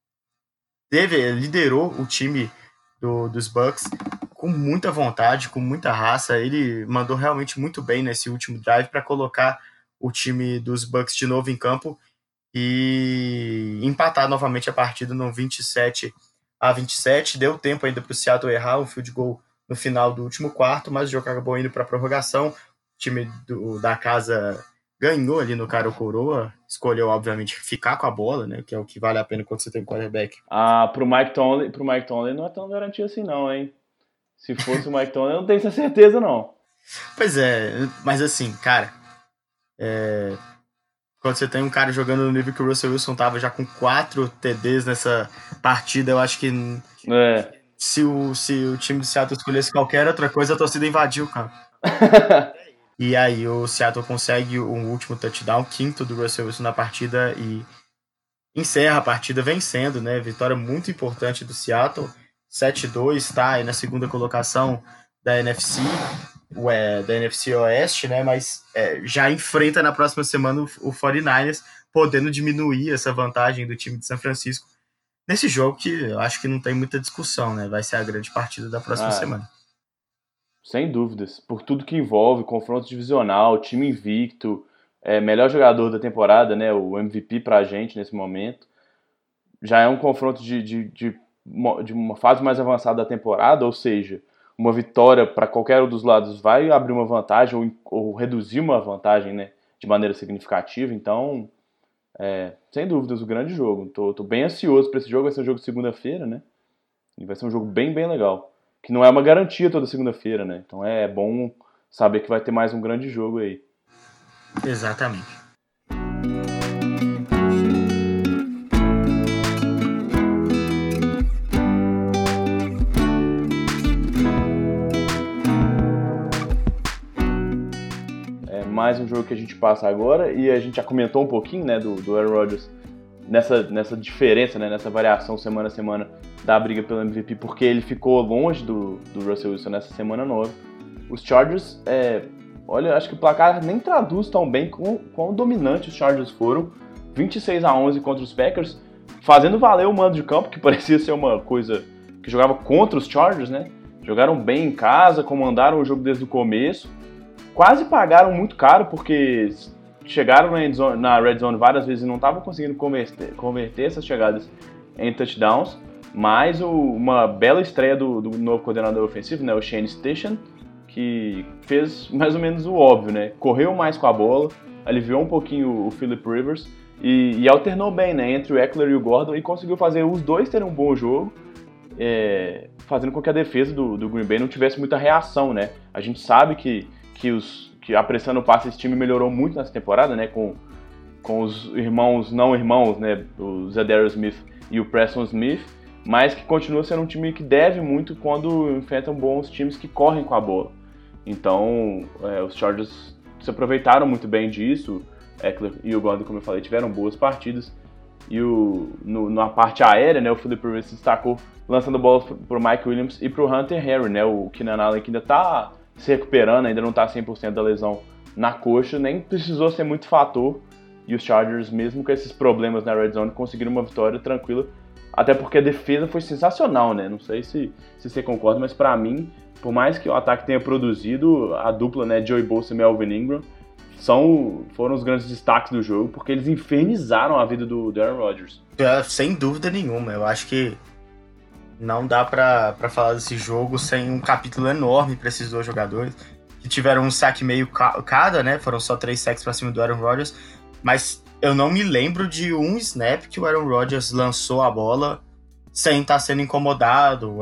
liderou o time dos Bucks com muita vontade, com muita raça, ele mandou realmente muito bem nesse último drive para colocar o time dos Bucks de novo em campo e empatar novamente a partida no 27-27. Deu tempo ainda para o Seattle errar um field goal no final do último quarto, mas o jogo acabou indo para a prorrogação. O time da casa ganhou ali no cara ou coroa, escolheu obviamente ficar com a bola, né, que é o que vale a pena quando você tem um quarterback. Pro Mike Tomlin não é tão garantia assim não, hein? Se fosse o Mike Tomlin, eu não tenho essa certeza não. Pois é, mas assim, cara, quando você tem um cara jogando no nível que o Russell Wilson tava já com 4 TDs nessa partida, eu acho que se o time do Seattle escolhesse qualquer outra coisa, a torcida invadiu o campo. E aí o Seattle consegue um último touchdown, quinto do Russell Wilson na partida e encerra a partida vencendo, né? Vitória muito importante do Seattle, 7-2, tá aí na segunda colocação da NFC, da NFC Oeste, né? Mas já enfrenta na próxima semana o 49ers, podendo diminuir essa vantagem do time de São Francisco nesse jogo que eu acho que não tem muita discussão, né? Vai ser a grande partida da próxima semana. Sem dúvidas. Por tudo que envolve, confronto divisional, time invicto, melhor jogador da temporada, né? O MVP pra gente nesse momento. Já é um confronto de uma fase mais avançada da temporada, ou seja, uma vitória para qualquer um dos lados vai abrir uma vantagem ou reduzir uma vantagem, né? De maneira significativa. Então, sem dúvidas, o grande jogo. Tô bem ansioso para esse jogo. Vai ser um jogo de segunda-feira, né? E vai ser um jogo bem, bem legal. Que não é uma garantia toda segunda-feira, né? Então é bom saber que vai ter mais um grande jogo aí. Exatamente. Mais um jogo que a gente passa agora, e a gente já comentou um pouquinho, né, do Aaron Rodgers nessa diferença, né, nessa variação semana a semana da briga pelo MVP, porque ele ficou longe do Russell Wilson nessa semana 9. Os Chargers, olha, acho que o placar nem traduz tão bem quão dominante os Chargers foram, 26-11 contra os Packers, fazendo valer o mando de campo, que parecia ser uma coisa que jogava contra os Chargers, né, jogaram bem em casa, comandaram o jogo desde o começo, quase pagaram muito caro, porque chegaram na red zone várias vezes e não estavam conseguindo converter essas chegadas em touchdowns, mas uma bela estreia do novo coordenador ofensivo, né, o Shane Steichen, que fez mais ou menos o óbvio, né, correu mais com a bola, aliviou um pouquinho o Philip Rivers e alternou bem, né, entre o Eckler e o Gordon, e conseguiu fazer os dois terem um bom jogo, fazendo com que a defesa do Green Bay não tivesse muita reação, né. A gente sabe que a pressão no passe, esse time melhorou muito nessa temporada, né, com os não irmãos, né, o Za'Darius Smith e o Preston Smith, mas que continua sendo um time que deve muito quando enfrentam bons times que correm com a bola. Então, os Chargers se aproveitaram muito bem disso, Eckler e o Gordon, como eu falei, tiveram boas partidas, e na parte aérea, né, o Philip Rivers se destacou lançando bola para o Mike Williams e para o Hunter Henry, né, o Keenan Allen, que ainda está se recuperando, ainda não está 100% da lesão na coxa, nem precisou ser muito fator, e os Chargers, mesmo com esses problemas na red zone, conseguiram uma vitória tranquila, até porque a defesa foi sensacional, né? Não sei se você concorda, mas para mim, por mais que o ataque tenha produzido, a dupla, né, Joey Bosa e Melvin Ingram foram os grandes destaques do jogo, porque eles infernizaram a vida do Aaron Rodgers. Sem dúvida nenhuma, eu acho que não dá pra falar desse jogo sem um capítulo enorme pra esses dois jogadores, que tiveram um saque meio cada, né? Foram só 3 sacks pra cima do Aaron Rodgers, mas eu não me lembro de um snap que o Aaron Rodgers lançou a bola sem estar sendo incomodado,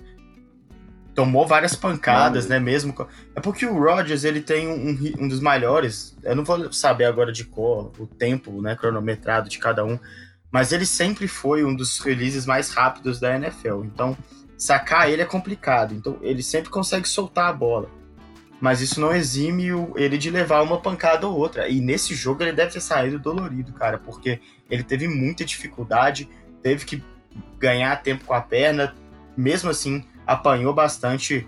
tomou várias pancadas, né? Mesmo. É porque o Rodgers, ele tem um dos maiores, eu não vou saber agora de cor o tempo, né, cronometrado de cada um, mas ele sempre foi um dos releases mais rápidos da NFL. Então, sacar ele é complicado. Então, ele sempre consegue soltar a bola. Mas isso não exime ele de levar uma pancada ou outra. E nesse jogo ele deve ter saído dolorido, cara, porque ele teve muita dificuldade, teve que ganhar tempo com a perna. Mesmo assim, apanhou bastante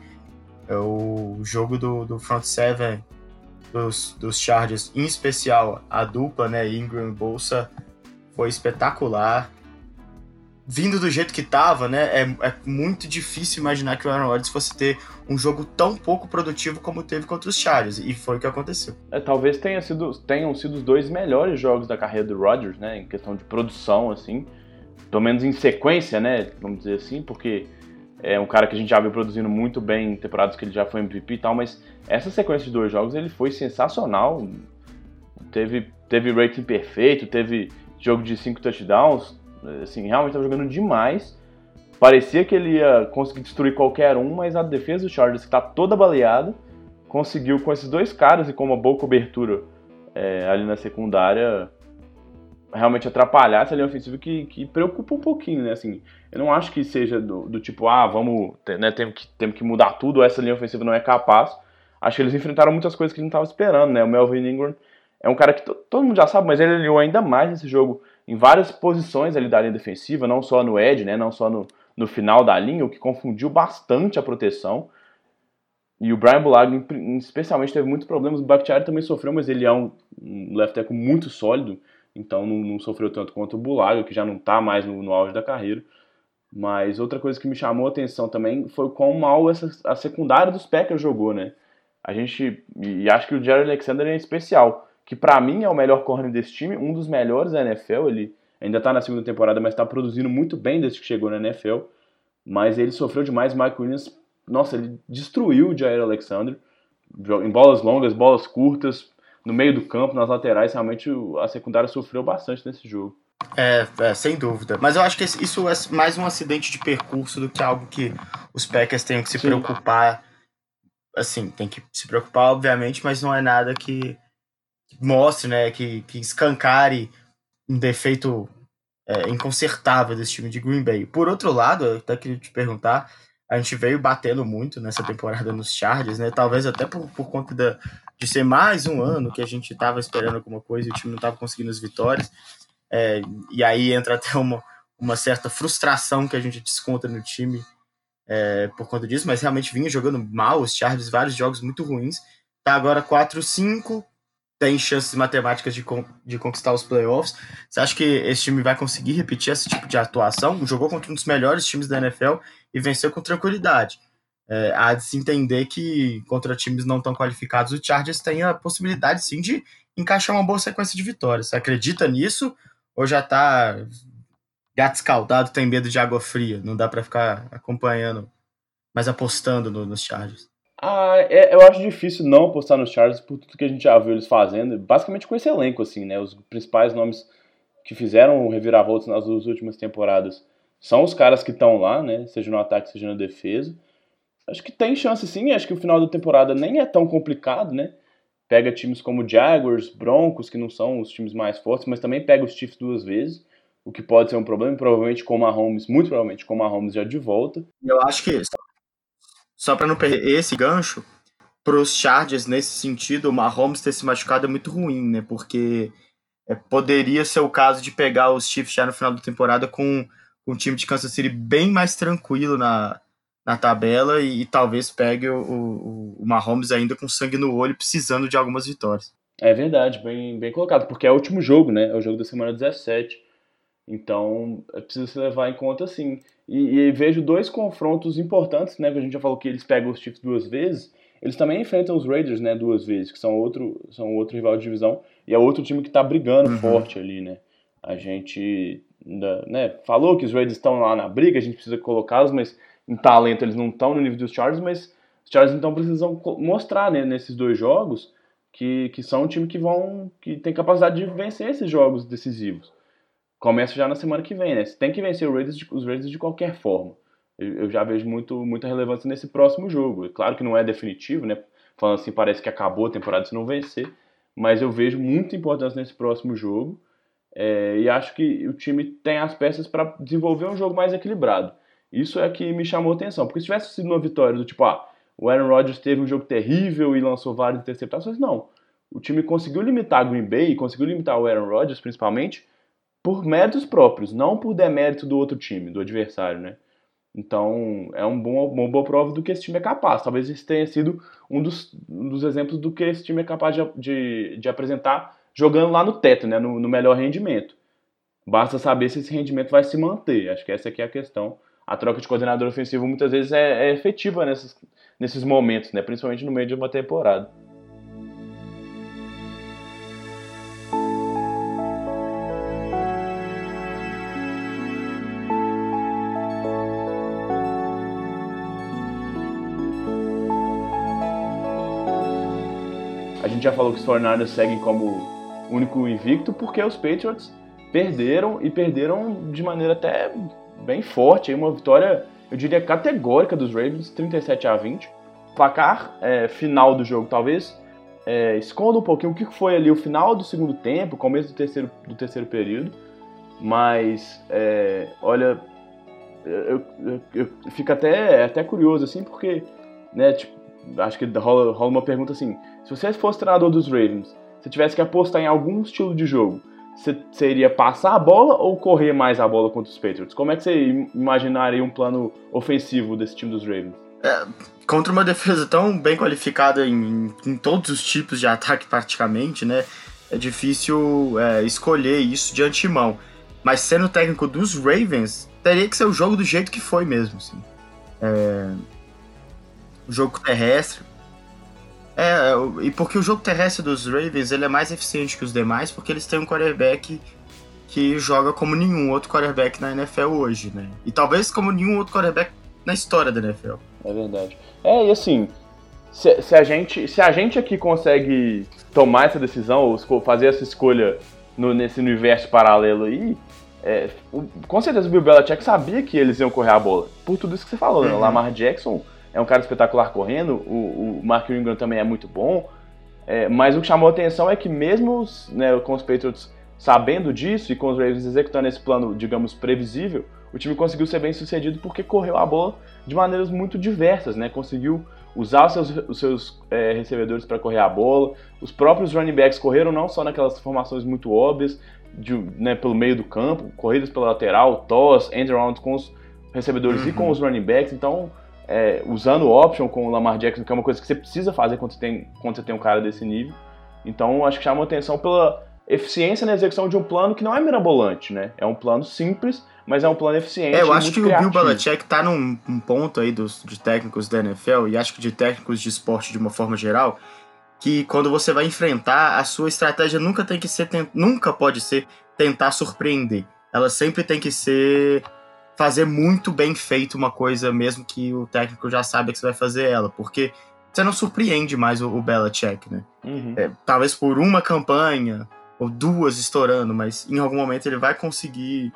o jogo do front seven dos Chargers, em especial a dupla, né, Ingram e Bosa, foi espetacular. Vindo do jeito que tava, né, é muito difícil imaginar que o Aaron Rodgers fosse ter um jogo tão pouco produtivo como teve contra os Chargers, e foi o que aconteceu. Talvez tenham sido os dois melhores jogos da carreira do Rodgers, né, em questão de produção, assim, pelo menos em sequência, né, vamos dizer assim, porque é um cara que a gente já viu produzindo muito bem em temporadas que ele já foi MVP e tal, mas essa sequência de 2 jogos ele foi sensacional, teve rating perfeito, teve jogo de 5 touchdowns, assim, realmente estava jogando demais. Parecia que ele ia conseguir destruir qualquer um, mas a defesa do Chargers, que está toda baleada, conseguiu com esses 2 caras e com uma boa cobertura ali na secundária, realmente atrapalhar essa linha ofensiva que preocupa um pouquinho, né? Assim, eu não acho que seja do tipo, vamos, né, temos que mudar tudo, essa linha ofensiva não é capaz. Acho que eles enfrentaram muitas coisas que eles não estavam esperando, né? O Melvin Ingram é um cara que todo mundo já sabe, mas ele aliou ainda mais nesse jogo em várias posições ali da linha defensiva, não só no edge, né? Não só no final da linha, o que confundiu bastante a proteção. E o Brian Bulaga, especialmente, teve muitos problemas. O Bakhtiari também sofreu, mas ele é um left tackle muito sólido, então não sofreu tanto quanto o Bulaga, que já não está mais no auge da carreira. Mas outra coisa que me chamou a atenção também foi o quão mal a secundária dos Packers jogou, né? E acho que o Jared Alexander é especial, que pra mim é o melhor corner desse time, um dos melhores da NFL. Ele ainda tá na segunda temporada, mas tá produzindo muito bem desde que chegou na NFL. Mas ele sofreu demais. Mike Williams, nossa, ele destruiu o Jair Alexander em bolas longas, bolas curtas, no meio do campo, nas laterais. Realmente a secundária sofreu bastante nesse jogo. Sem dúvida. Mas eu acho que isso é mais um acidente de percurso do que algo que os Packers tenham que se preocupar. Assim, tem que se preocupar, obviamente, mas não é nada que mostre, né, que escancare um defeito inconsertável desse time de Green Bay. Por outro lado, eu até queria te perguntar, a gente veio batendo muito nessa temporada nos Chargers, né? Talvez até por conta de ser mais um ano que a gente estava esperando alguma coisa e o time não estava conseguindo as vitórias. E aí entra até uma certa frustração que a gente desconta no time por conta disso, mas realmente vinha jogando mal os Chargers, vários jogos muito ruins. Tá agora 4-5, tem chances matemáticas de conquistar os playoffs. Você acha que esse time vai conseguir repetir esse tipo de atuação? Jogou contra um dos melhores times da NFL e venceu com tranquilidade. Há de se entender que contra times não tão qualificados, o Chargers tem a possibilidade sim de encaixar uma boa sequência de vitórias. Você acredita nisso ou já tá gato escaldado, tem medo de água fria? Não dá para ficar acompanhando, mas apostando nos Chargers? Eu acho difícil não apostar nos Chargers por tudo que a gente já viu eles fazendo, basicamente com esse elenco, assim, né? Os principais nomes que fizeram reviravoltas nas duas últimas temporadas são os caras que estão lá, né? Seja no ataque, seja na defesa. Acho que tem chance sim, acho que o final da temporada nem é tão complicado, né? Pega times como Jaguars, Broncos, que não são os times mais fortes, mas também pega os Chiefs 2 vezes, o que pode ser um problema, provavelmente com o Mahomes, muito provavelmente com o Mahomes já de volta. Eu acho que só para não perder esse gancho, para os Chargers, nesse sentido, o Mahomes ter se machucado é muito ruim, né? Porque poderia ser o caso de pegar os Chiefs já no final da temporada com um time de Kansas City bem mais tranquilo na tabela e talvez pegue o Mahomes ainda com sangue no olho, precisando de algumas vitórias. É verdade, bem colocado, porque é o último jogo, né? É o jogo da semana 17. Então, precisa se levar em conta sim. E vejo dois confrontos importantes, né? Que a gente já falou que eles pegam os Chiefs 2 vezes. Eles também enfrentam os Raiders, né? 2 vezes, que são outro rival de divisão. E é outro time que tá brigando forte ali, né? A gente falou que os Raiders estão lá na briga, a gente precisa colocá-los, mas em talento eles não estão no nível dos Chargers, mas os Chargers então precisam mostrar, né, nesses dois jogos que são um time que tem capacidade de vencer esses jogos decisivos. Começa já na semana que vem, né? Você tem que vencer os Raiders de qualquer forma. Eu já vejo muita relevância nesse próximo jogo. É claro que não é definitivo, né? Falando assim, parece que acabou a temporada se não vencer, mas eu vejo muita importância nesse próximo jogo e acho que o time tem as peças para desenvolver um jogo mais equilibrado. Isso é que me chamou a atenção, porque se tivesse sido uma vitória do tipo, o Aaron Rodgers teve um jogo terrível e lançou várias interceptações, não. O time conseguiu limitar a Green Bay, conseguiu limitar o Aaron Rodgers, principalmente, por méritos próprios, não por demérito do outro time, do adversário, né? Então, é uma boa prova do que esse time é capaz. Talvez esse tenha sido um dos exemplos do que esse time é capaz de apresentar jogando lá no teto, né? No melhor rendimento. Basta saber se esse rendimento vai se manter. Acho que essa aqui é a questão. A troca de coordenador ofensivo muitas vezes é efetiva nesses momentos, né? Principalmente no meio de uma temporada. A gente já falou que os 49ers seguem como único invicto porque os Patriots perderam de maneira até bem forte. Uma vitória, eu diria, categórica dos Ravens, 37-20. Placar final do jogo talvez esconda um pouquinho o que foi ali o final do segundo tempo, começo do terceiro período. Mas, olha, eu fico até curioso, assim, porque, né, tipo, acho que rola uma pergunta assim, se você fosse treinador dos Ravens, se tivesse que apostar em algum estilo de jogo, você iria passar a bola ou correr mais a bola contra os Patriots? Como é que você imaginaria um plano ofensivo desse time dos Ravens? Contra uma defesa tão bem qualificada em todos os tipos de ataque praticamente, né, é difícil escolher isso de antemão. mas sendo técnico dos Ravens, teria que ser o jogo do jeito que foi mesmo, assim. O jogo terrestre. E porque o jogo terrestre dos Ravens ele é mais eficiente que os demais, porque eles têm um quarterback que joga como nenhum outro quarterback na NFL hoje, né? E talvez como nenhum outro quarterback na história da NFL. É verdade. E assim, se a gente aqui consegue tomar essa decisão, ou fazer essa escolha nesse universo paralelo aí, com certeza o Bill Belichick sabia que eles iam correr a bola. Por tudo isso que você falou, né? O Lamar Jackson é um cara espetacular correndo, o Mark Ingram também é muito bom, mas o que chamou a atenção é que mesmo né, com os Patriots sabendo disso e com os Ravens executando esse plano, digamos, previsível, o time conseguiu ser bem sucedido porque correu a bola de maneiras muito diversas, né? Conseguiu usar os seus recebedores para correr a bola, os próprios running backs correram não só naquelas formações muito óbvias, né, pelo meio do campo, corridas pela lateral, toss, end around com os recebedores e com os running backs, então usando option com o Lamar Jackson, que é uma coisa que você precisa fazer quando você tem um cara desse nível. Então acho que chama atenção pela eficiência na execução de um plano que não é mirabolante, né? É um plano simples, mas é um plano eficiente. Eu acho que criativo. O Bill Belichick tá num ponto aí de técnicos da NFL, e acho que de técnicos de esporte de uma forma geral, que quando você vai enfrentar, a sua estratégia nunca pode ser tentar surpreender. Ela sempre tem que ser fazer muito bem feito uma coisa, mesmo que o técnico já saiba que você vai fazer ela, porque você não surpreende mais o Belichick, né? Talvez por uma campanha ou duas estourando, mas em algum momento ele vai conseguir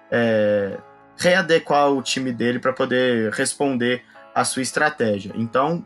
readequar o time dele para poder responder à sua estratégia. Então,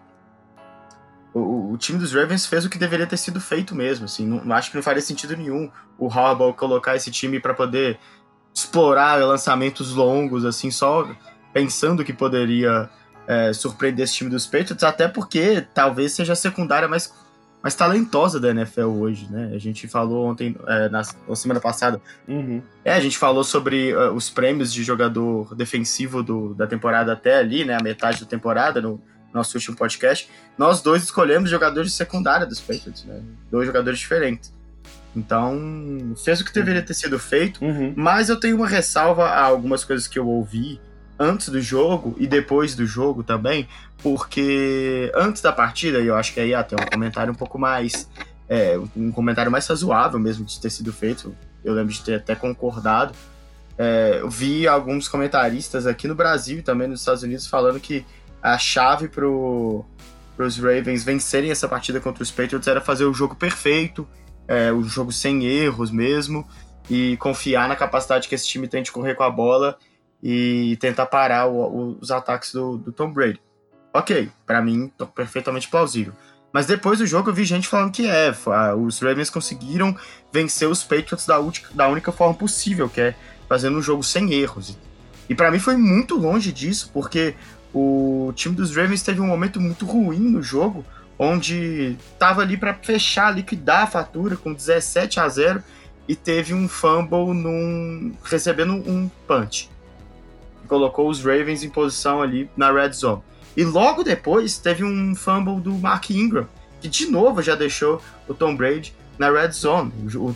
o time dos Ravens fez o que deveria ter sido feito mesmo. Assim, não acho que não faria sentido nenhum o Harbaugh colocar esse time para poder explorar lançamentos longos, assim, só pensando que poderia surpreender esse time dos Patriots, até porque talvez seja a secundária mais talentosa da NFL hoje, né? A gente falou ontem, na semana passada, a gente falou sobre os prêmios de jogador defensivo da temporada até ali, né? A metade da temporada, no nosso último podcast. Nós dois escolhemos jogadores de secundária dos Patriots, né? 2 jogadores diferentes. Então, fez o que deveria ter sido feito, mas eu tenho uma ressalva a algumas coisas que eu ouvi antes do jogo e depois do jogo também, porque antes da partida, e eu acho que aí tem um comentário um pouco mais um comentário mais razoável mesmo de ter sido feito, eu lembro de ter até concordado. Eu vi alguns comentaristas aqui no Brasil e também nos Estados Unidos falando que a chave para os Ravens vencerem essa partida contra os Patriots era fazer o jogo perfeito, o jogo sem erros mesmo, e confiar na capacidade que esse time tem de correr com a bola e tentar parar os ataques do Tom Brady. Ok, pra mim, perfeitamente plausível. Mas depois do jogo eu vi gente falando que os Ravens conseguiram vencer os Patriots da única forma possível, que é fazendo um jogo sem erros. E pra mim foi muito longe disso, porque o time dos Ravens teve um momento muito ruim no jogo, onde tava ali pra fechar, liquidar a fatura com 17-0 e teve um fumble recebendo um punch. Colocou os Ravens em posição ali na red zone. E logo depois teve um fumble do Mark Ingram, que de novo já deixou o Tom Brady na red zone.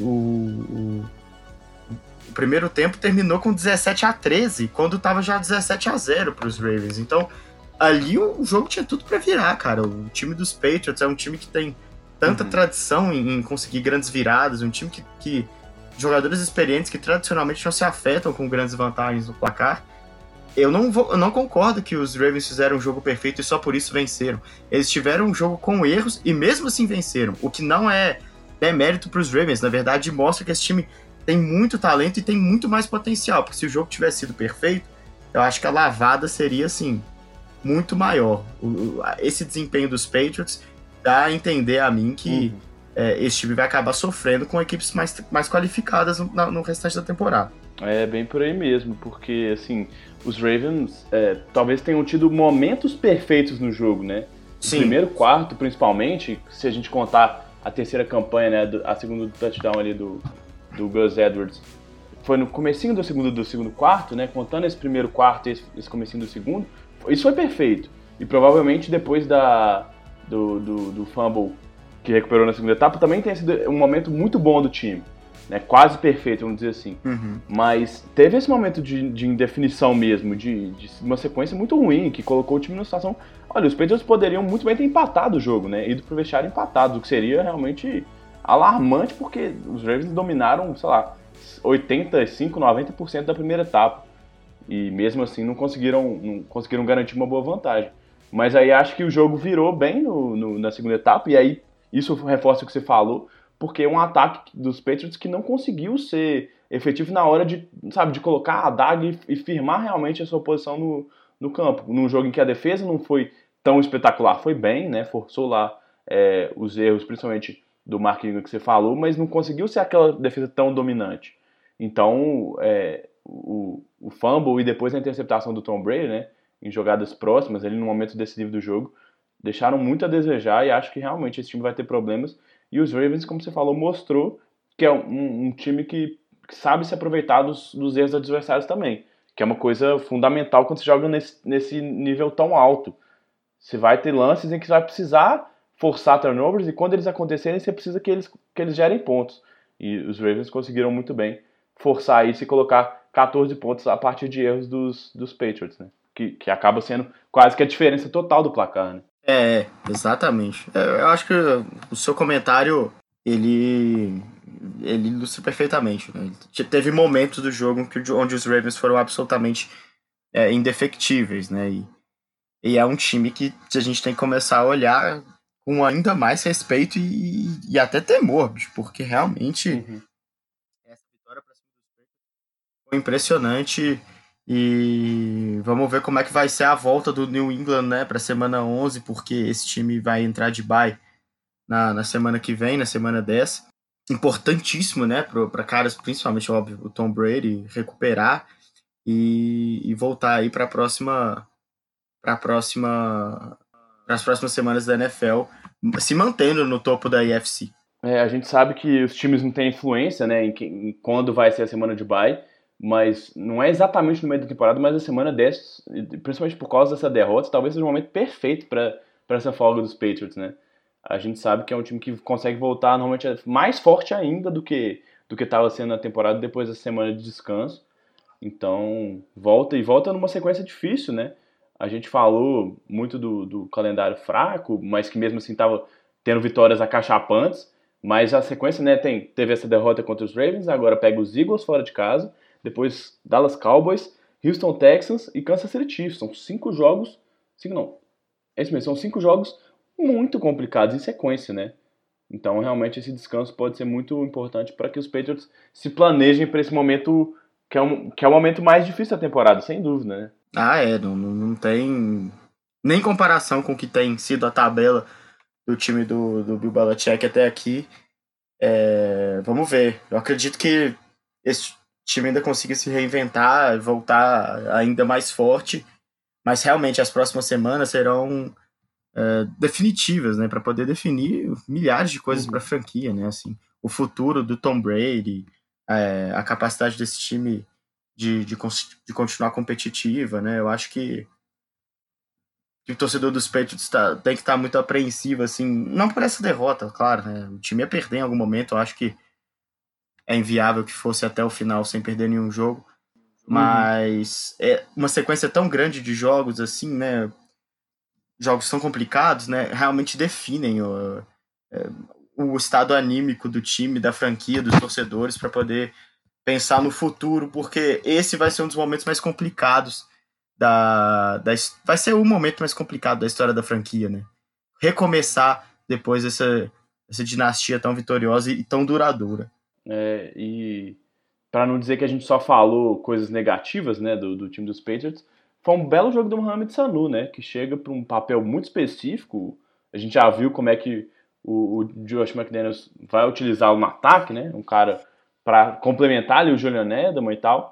O primeiro tempo terminou com 17-13, quando estava já 17-0 para os Ravens. Então, ali o jogo tinha tudo para virar, cara. O time dos Patriots é um time que tem tanta tradição em conseguir grandes viradas, um time que jogadores experientes que tradicionalmente não se afetam com grandes vantagens no placar. Eu não concordo que os Ravens fizeram um jogo perfeito e só por isso venceram. Eles tiveram um jogo com erros e mesmo assim venceram, o que não é mérito para os Ravens. Na verdade, mostra que esse time tem muito talento e tem muito mais potencial, porque se o jogo tivesse sido perfeito, eu acho que a lavada seria, assim, muito maior. Esse desempenho dos Patriots dá a entender a mim que esse time vai acabar sofrendo com equipes mais qualificadas no restante da temporada. É bem por aí mesmo, porque assim, os Ravens talvez tenham tido momentos perfeitos no jogo, né? Sim. No primeiro quarto, principalmente, se a gente contar a terceira campanha, né, a segunda touchdown ali do Gus Edwards, foi no comecinho do segundo quarto, né, contando esse primeiro quarto e esse comecinho do segundo, isso foi perfeito. E provavelmente depois do fumble que recuperou na segunda etapa, também tem sido um momento muito bom do time. né, quase perfeito, vamos dizer assim. Uhum. Mas teve esse momento de indefinição mesmo, de uma sequência muito ruim, que colocou o time numa situação... Olha, os Patriots poderiam muito bem ter empatado o jogo, né? Ido pro vestiário empatado, o que seria realmente alarmante, porque os Ravens dominaram, sei lá, 85, 90% da primeira etapa. E mesmo assim não conseguiram garantir uma boa vantagem. Mas aí acho que o jogo virou bem na segunda etapa, e aí isso reforça o que você falou, porque é um ataque dos Patriots que não conseguiu ser efetivo na hora de, sabe, de colocar a adaga e firmar realmente a sua posição no campo. Num jogo em que a defesa não foi tão espetacular, foi bem, né? Forçou lá os erros, principalmente do Mark Ingram que você falou, mas não conseguiu ser aquela defesa tão dominante. Então, o fumble e depois a interceptação do Tom Brady, né, em jogadas próximas, ali no momento decisivo do jogo, deixaram muito a desejar e acho que realmente esse time vai ter problemas. E os Ravens, como você falou, mostrou que é um time que sabe se aproveitar dos erros adversários também, que é uma coisa fundamental quando você joga nesse nível tão alto. Você vai ter lances em que você vai precisar forçar turnovers e quando eles acontecerem, você precisa que eles gerem pontos. E os Ravens conseguiram muito bem forçar isso e colocar 14 pontos a partir de erros dos Patriots, né? Que acaba sendo quase que a diferença total do placar, né? Exatamente. Eu acho que o seu comentário, ele ilustra perfeitamente, né? Teve momentos do jogo onde os Ravens foram absolutamente indefectíveis, né? E é um time que a gente tem que começar a olhar com ainda mais respeito e até temor, bicho, porque realmente essa vitória para cima dos Patriots foi impressionante. E vamos ver como é que vai ser a volta do New England, né, para semana 11, porque esse time vai entrar de bye na semana que vem, na semana 10. Importantíssimo, né, para caras, principalmente, óbvio, o Tom Brady recuperar e voltar aí para as próximas semanas da NFL, se mantendo no topo da AFC. A gente sabe que os times não têm influência, né, em quando vai ser a semana de bye, mas não é exatamente no meio da temporada, mas a semana 10, principalmente por causa dessa derrota, talvez seja o momento perfeito para essa folga dos Patriots, né? A gente sabe que é um time que consegue voltar normalmente mais forte ainda do que estava sendo na temporada depois da semana de descanso. Então, volta numa sequência difícil, né? A gente falou muito do calendário fraco, mas que mesmo assim estava tendo vitórias acachapantes. Mas a sequência, né, teve essa derrota contra os Ravens, agora pega os Eagles fora de casa, depois Dallas Cowboys, Houston Texans e Kansas City Chiefs. São 5 jogos, 5 não, é isso mesmo, são 5 jogos muito complicados em sequência, né? Então, realmente, esse descanso pode ser muito importante para que os Patriots se planejem para esse momento que é o momento mais difícil da temporada, sem dúvida, né? Não tem nem comparação com o que tem sido a tabela do time do Bill Belichick até aqui. Vamos ver. Eu acredito que esse time ainda consiga se reinventar, voltar ainda mais forte, mas realmente as próximas semanas serão definitivas, né, para poder definir milhares de coisas para a franquia, né, assim, o futuro do Tom Brady, a capacidade desse time de continuar competitiva, né. Eu acho que o torcedor dos Patriots tem que estar muito apreensivo, assim, não por essa derrota, claro, né, o time ia perder em algum momento. Eu acho que é inviável que fosse até o final sem perder nenhum jogo, mas é uma sequência tão grande de jogos, assim, né, jogos tão complicados, né, realmente definem o estado anímico do time, da franquia, dos torcedores, para poder pensar no futuro, porque esse vai ser um dos momentos mais complicados vai ser o momento mais complicado da história da franquia, né? Recomeçar depois dessa dinastia tão vitoriosa e tão duradoura. E para não dizer que a gente só falou coisas negativas, né, do time dos Patriots, foi um belo jogo do Mohamed Sanu, né, que chega para um papel muito específico. A gente já viu como é que o Josh McDaniels vai utilizá-lo no ataque, né, um cara para complementar ali o Julian Edelman e tal.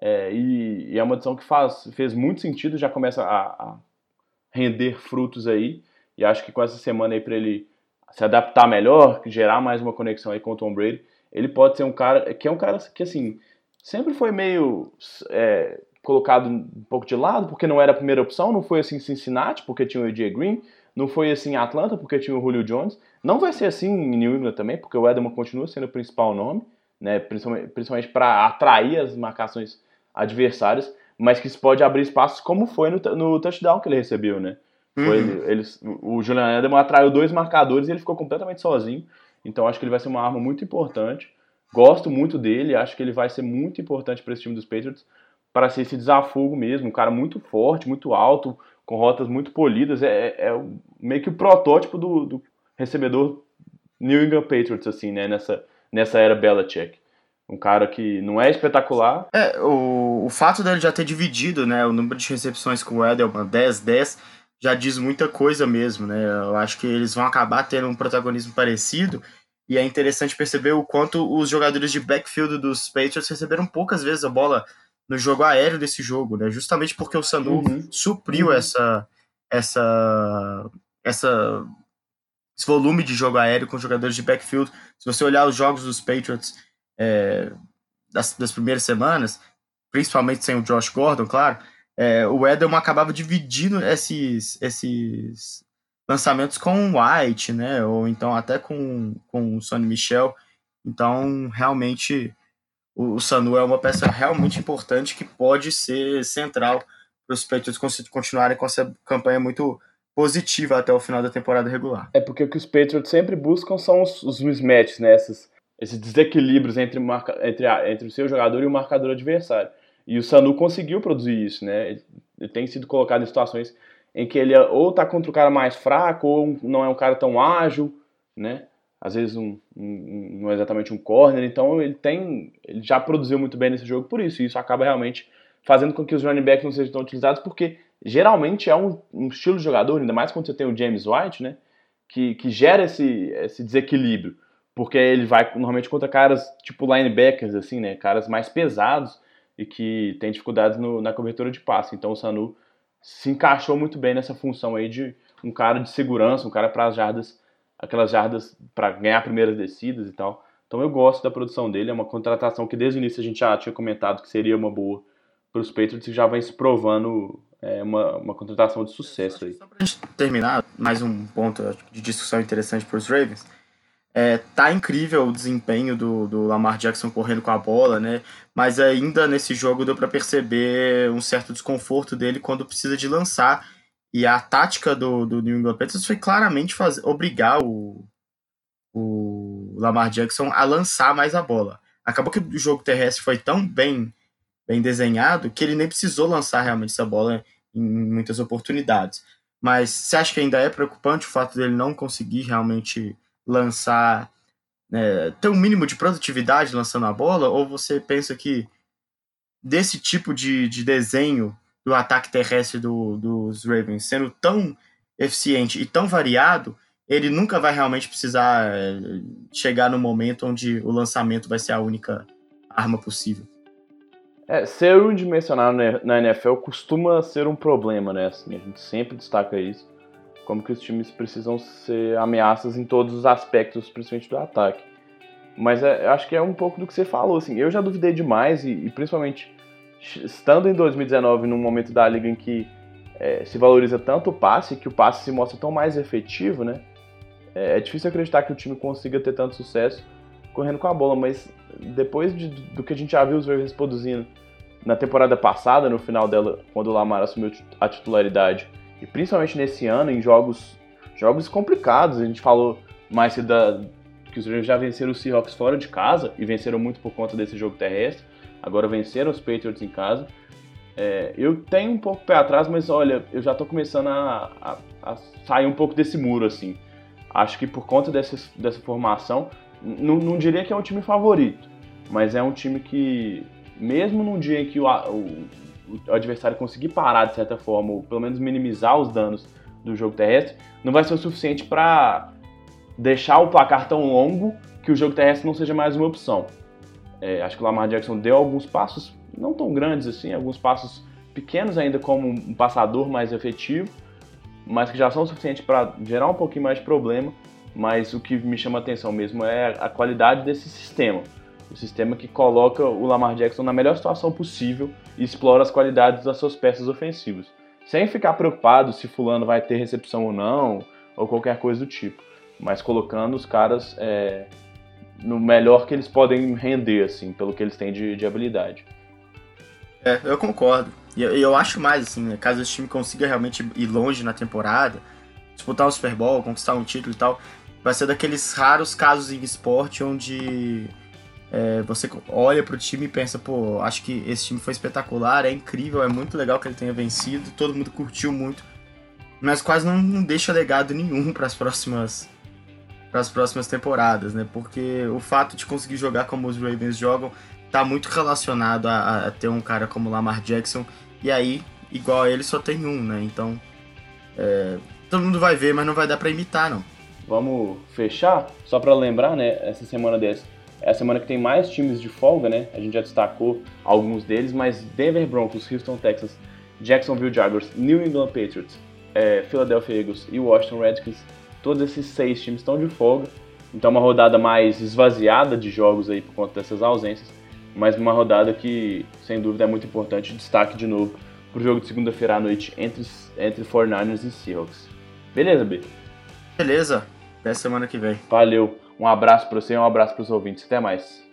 E é uma adição que fez muito sentido, já começa a render frutos aí. E acho que com essa semana aí para ele se adaptar melhor, gerar mais uma conexão aí com o Tom Brady, ele pode ser um cara que assim, sempre foi meio colocado um pouco de lado, porque não era a primeira opção, não foi assim em Cincinnati, porque tinha o AJ Green, não foi assim em Atlanta, porque tinha o Julio Jones, não vai ser assim em New England também, porque o Edelman continua sendo o principal nome, né, principalmente para atrair as marcações adversárias, mas que isso pode abrir espaços como foi no touchdown que ele recebeu, né? O Julian Edelman atraiu 2 marcadores e ele ficou completamente sozinho, então acho que ele vai ser uma arma muito importante. Gosto muito dele, acho que ele vai ser muito importante para esse time dos Patriots, para ser esse desafogo mesmo, um cara muito forte, muito alto, com rotas muito polidas, é meio que o protótipo do recebedor New England Patriots, assim, né, nessa era Belichick. Um cara que não é espetacular. O fato dele já ter dividido, né, o número de recepções com o Edelman 10-10 já diz muita coisa mesmo, né? Eu acho que eles vão acabar tendo um protagonismo parecido e é interessante perceber o quanto os jogadores de backfield dos Patriots receberam poucas vezes a bola no jogo aéreo desse jogo, né? Justamente porque o Sanu supriu esse volume de jogo aéreo com jogadores de backfield. Se você olhar os jogos dos Patriots das primeiras semanas, principalmente sem o Josh Gordon, claro, o Edelman acabava dividindo esses lançamentos com o White, né? Ou então até com o Sonny Michel. Então, realmente, o Sanu é uma peça realmente importante que pode ser central para os Patriots continuarem com essa campanha muito positiva até o final da temporada regular. É porque o que os Patriots sempre buscam são os mismatches, né? Esses desequilíbrios entre o seu jogador e o marcador adversário. E o Sanu conseguiu produzir isso, né? Ele tem sido colocado em situações em que ele ou tá contra o cara mais fraco, ou não é um cara tão ágil, né? Às vezes não é exatamente um corner, então ele já produziu muito bem nesse jogo por isso, e isso acaba realmente fazendo com que os running backs não sejam tão utilizados, porque geralmente é um estilo de jogador, ainda mais quando você tem o James White, né? Que gera esse desequilíbrio, porque ele vai normalmente contra caras tipo linebackers, assim, né? Caras mais pesados e que tem dificuldades na cobertura de passe. Então o Sanu se encaixou muito bem nessa função aí de um cara de segurança, um cara para as jardas, aquelas jardas para ganhar primeiras descidas e tal. Então eu gosto da produção dele, é uma contratação que desde o início a gente já tinha comentado que seria uma boa para os Patriots e já vem se provando uma contratação de sucesso aí. Só para a gente terminar, mais um ponto de discussão interessante para os Ravens. Tá incrível o desempenho do Lamar Jackson correndo com a bola, né? Mas ainda nesse jogo deu para perceber um certo desconforto dele quando precisa de lançar. E a tática do New England Patriots foi claramente obrigar o Lamar Jackson a lançar mais a bola. Acabou que o jogo terrestre foi tão bem desenhado que ele nem precisou lançar realmente essa bola em muitas oportunidades. Mas você acha que ainda é preocupante o fato dele não conseguir realmente lançar, ter um mínimo de produtividade lançando a bola, ou você pensa que desse tipo de desenho do ataque terrestre dos Ravens sendo tão eficiente e tão variado, ele nunca vai realmente precisar chegar no momento onde o lançamento vai ser a única arma possível? Ser unidimensional na NFL costuma ser um problema, né? Assim, a gente sempre destaca isso, como que os times precisam ser ameaças em todos os aspectos, principalmente do ataque. Mas acho que é um pouco do que você falou, assim, eu já duvidei demais, e principalmente estando em 2019, num momento da liga em que se valoriza tanto o passe, que o passe se mostra tão mais efetivo, né? É difícil acreditar que o time consiga ter tanto sucesso correndo com a bola, mas depois do que a gente já viu os Ravens produzindo na temporada passada, no final dela, quando o Lamar assumiu a titularidade, e principalmente nesse ano, em jogos complicados, a gente falou mais cedo que os Ravens já venceram os Seahawks fora de casa, e venceram muito por conta desse jogo terrestre, agora venceram os Patriots em casa. Eu tenho um pouco o pé atrás, mas olha, eu já tô começando a sair um pouco desse muro, assim. Acho que por conta dessa formação, não diria que é um time favorito, mas é um time que, mesmo num dia em que o adversário conseguir parar de certa forma, ou pelo menos minimizar os danos do jogo terrestre, não vai ser o suficiente para deixar o placar tão longo que o jogo terrestre não seja mais uma opção. Acho que o Lamar Jackson deu alguns passos, não tão grandes assim, alguns passos pequenos ainda como um passador mais efetivo, mas que já são suficientes para gerar um pouquinho mais de problema. Mas o que me chama a atenção mesmo é a qualidade desse sistema. O sistema que coloca o Lamar Jackson na melhor situação possível e explora as qualidades das suas peças ofensivas, sem ficar preocupado se fulano vai ter recepção ou não, ou qualquer coisa do tipo, mas colocando os caras no melhor que eles podem render, assim, pelo que eles têm de habilidade. Eu concordo. E eu acho mais, assim, né, caso esse time consiga realmente ir longe na temporada, disputar o Super Bowl, conquistar um título e tal, vai ser daqueles raros casos em esporte onde você olha pro time e pensa, pô, acho que esse time foi espetacular, é incrível, é muito legal que ele tenha vencido, todo mundo curtiu muito, mas quase não deixa legado nenhum para as próximas temporadas, né? Porque o fato de conseguir jogar como os Ravens jogam tá muito relacionado a ter um cara como Lamar Jackson, e aí, igual a ele, só tem um, né? Então, todo mundo vai ver, mas não vai dar pra imitar, não. Vamos fechar? Só para lembrar, né, essa semana é a semana que tem mais times de folga, né? A gente já destacou alguns deles, mas Denver Broncos, Houston Texans, Jacksonville Jaguars, New England Patriots, Philadelphia Eagles e Washington Redskins, todos esses 6 times estão de folga. Então uma rodada mais esvaziada de jogos aí por conta dessas ausências, mas uma rodada que, sem dúvida, é muito importante. Destaque de novo para o jogo de segunda-feira à noite entre 49ers e Seahawks. Beleza, B? Beleza, até semana que vem. Valeu. Um abraço para você e um abraço para os ouvintes. Até mais.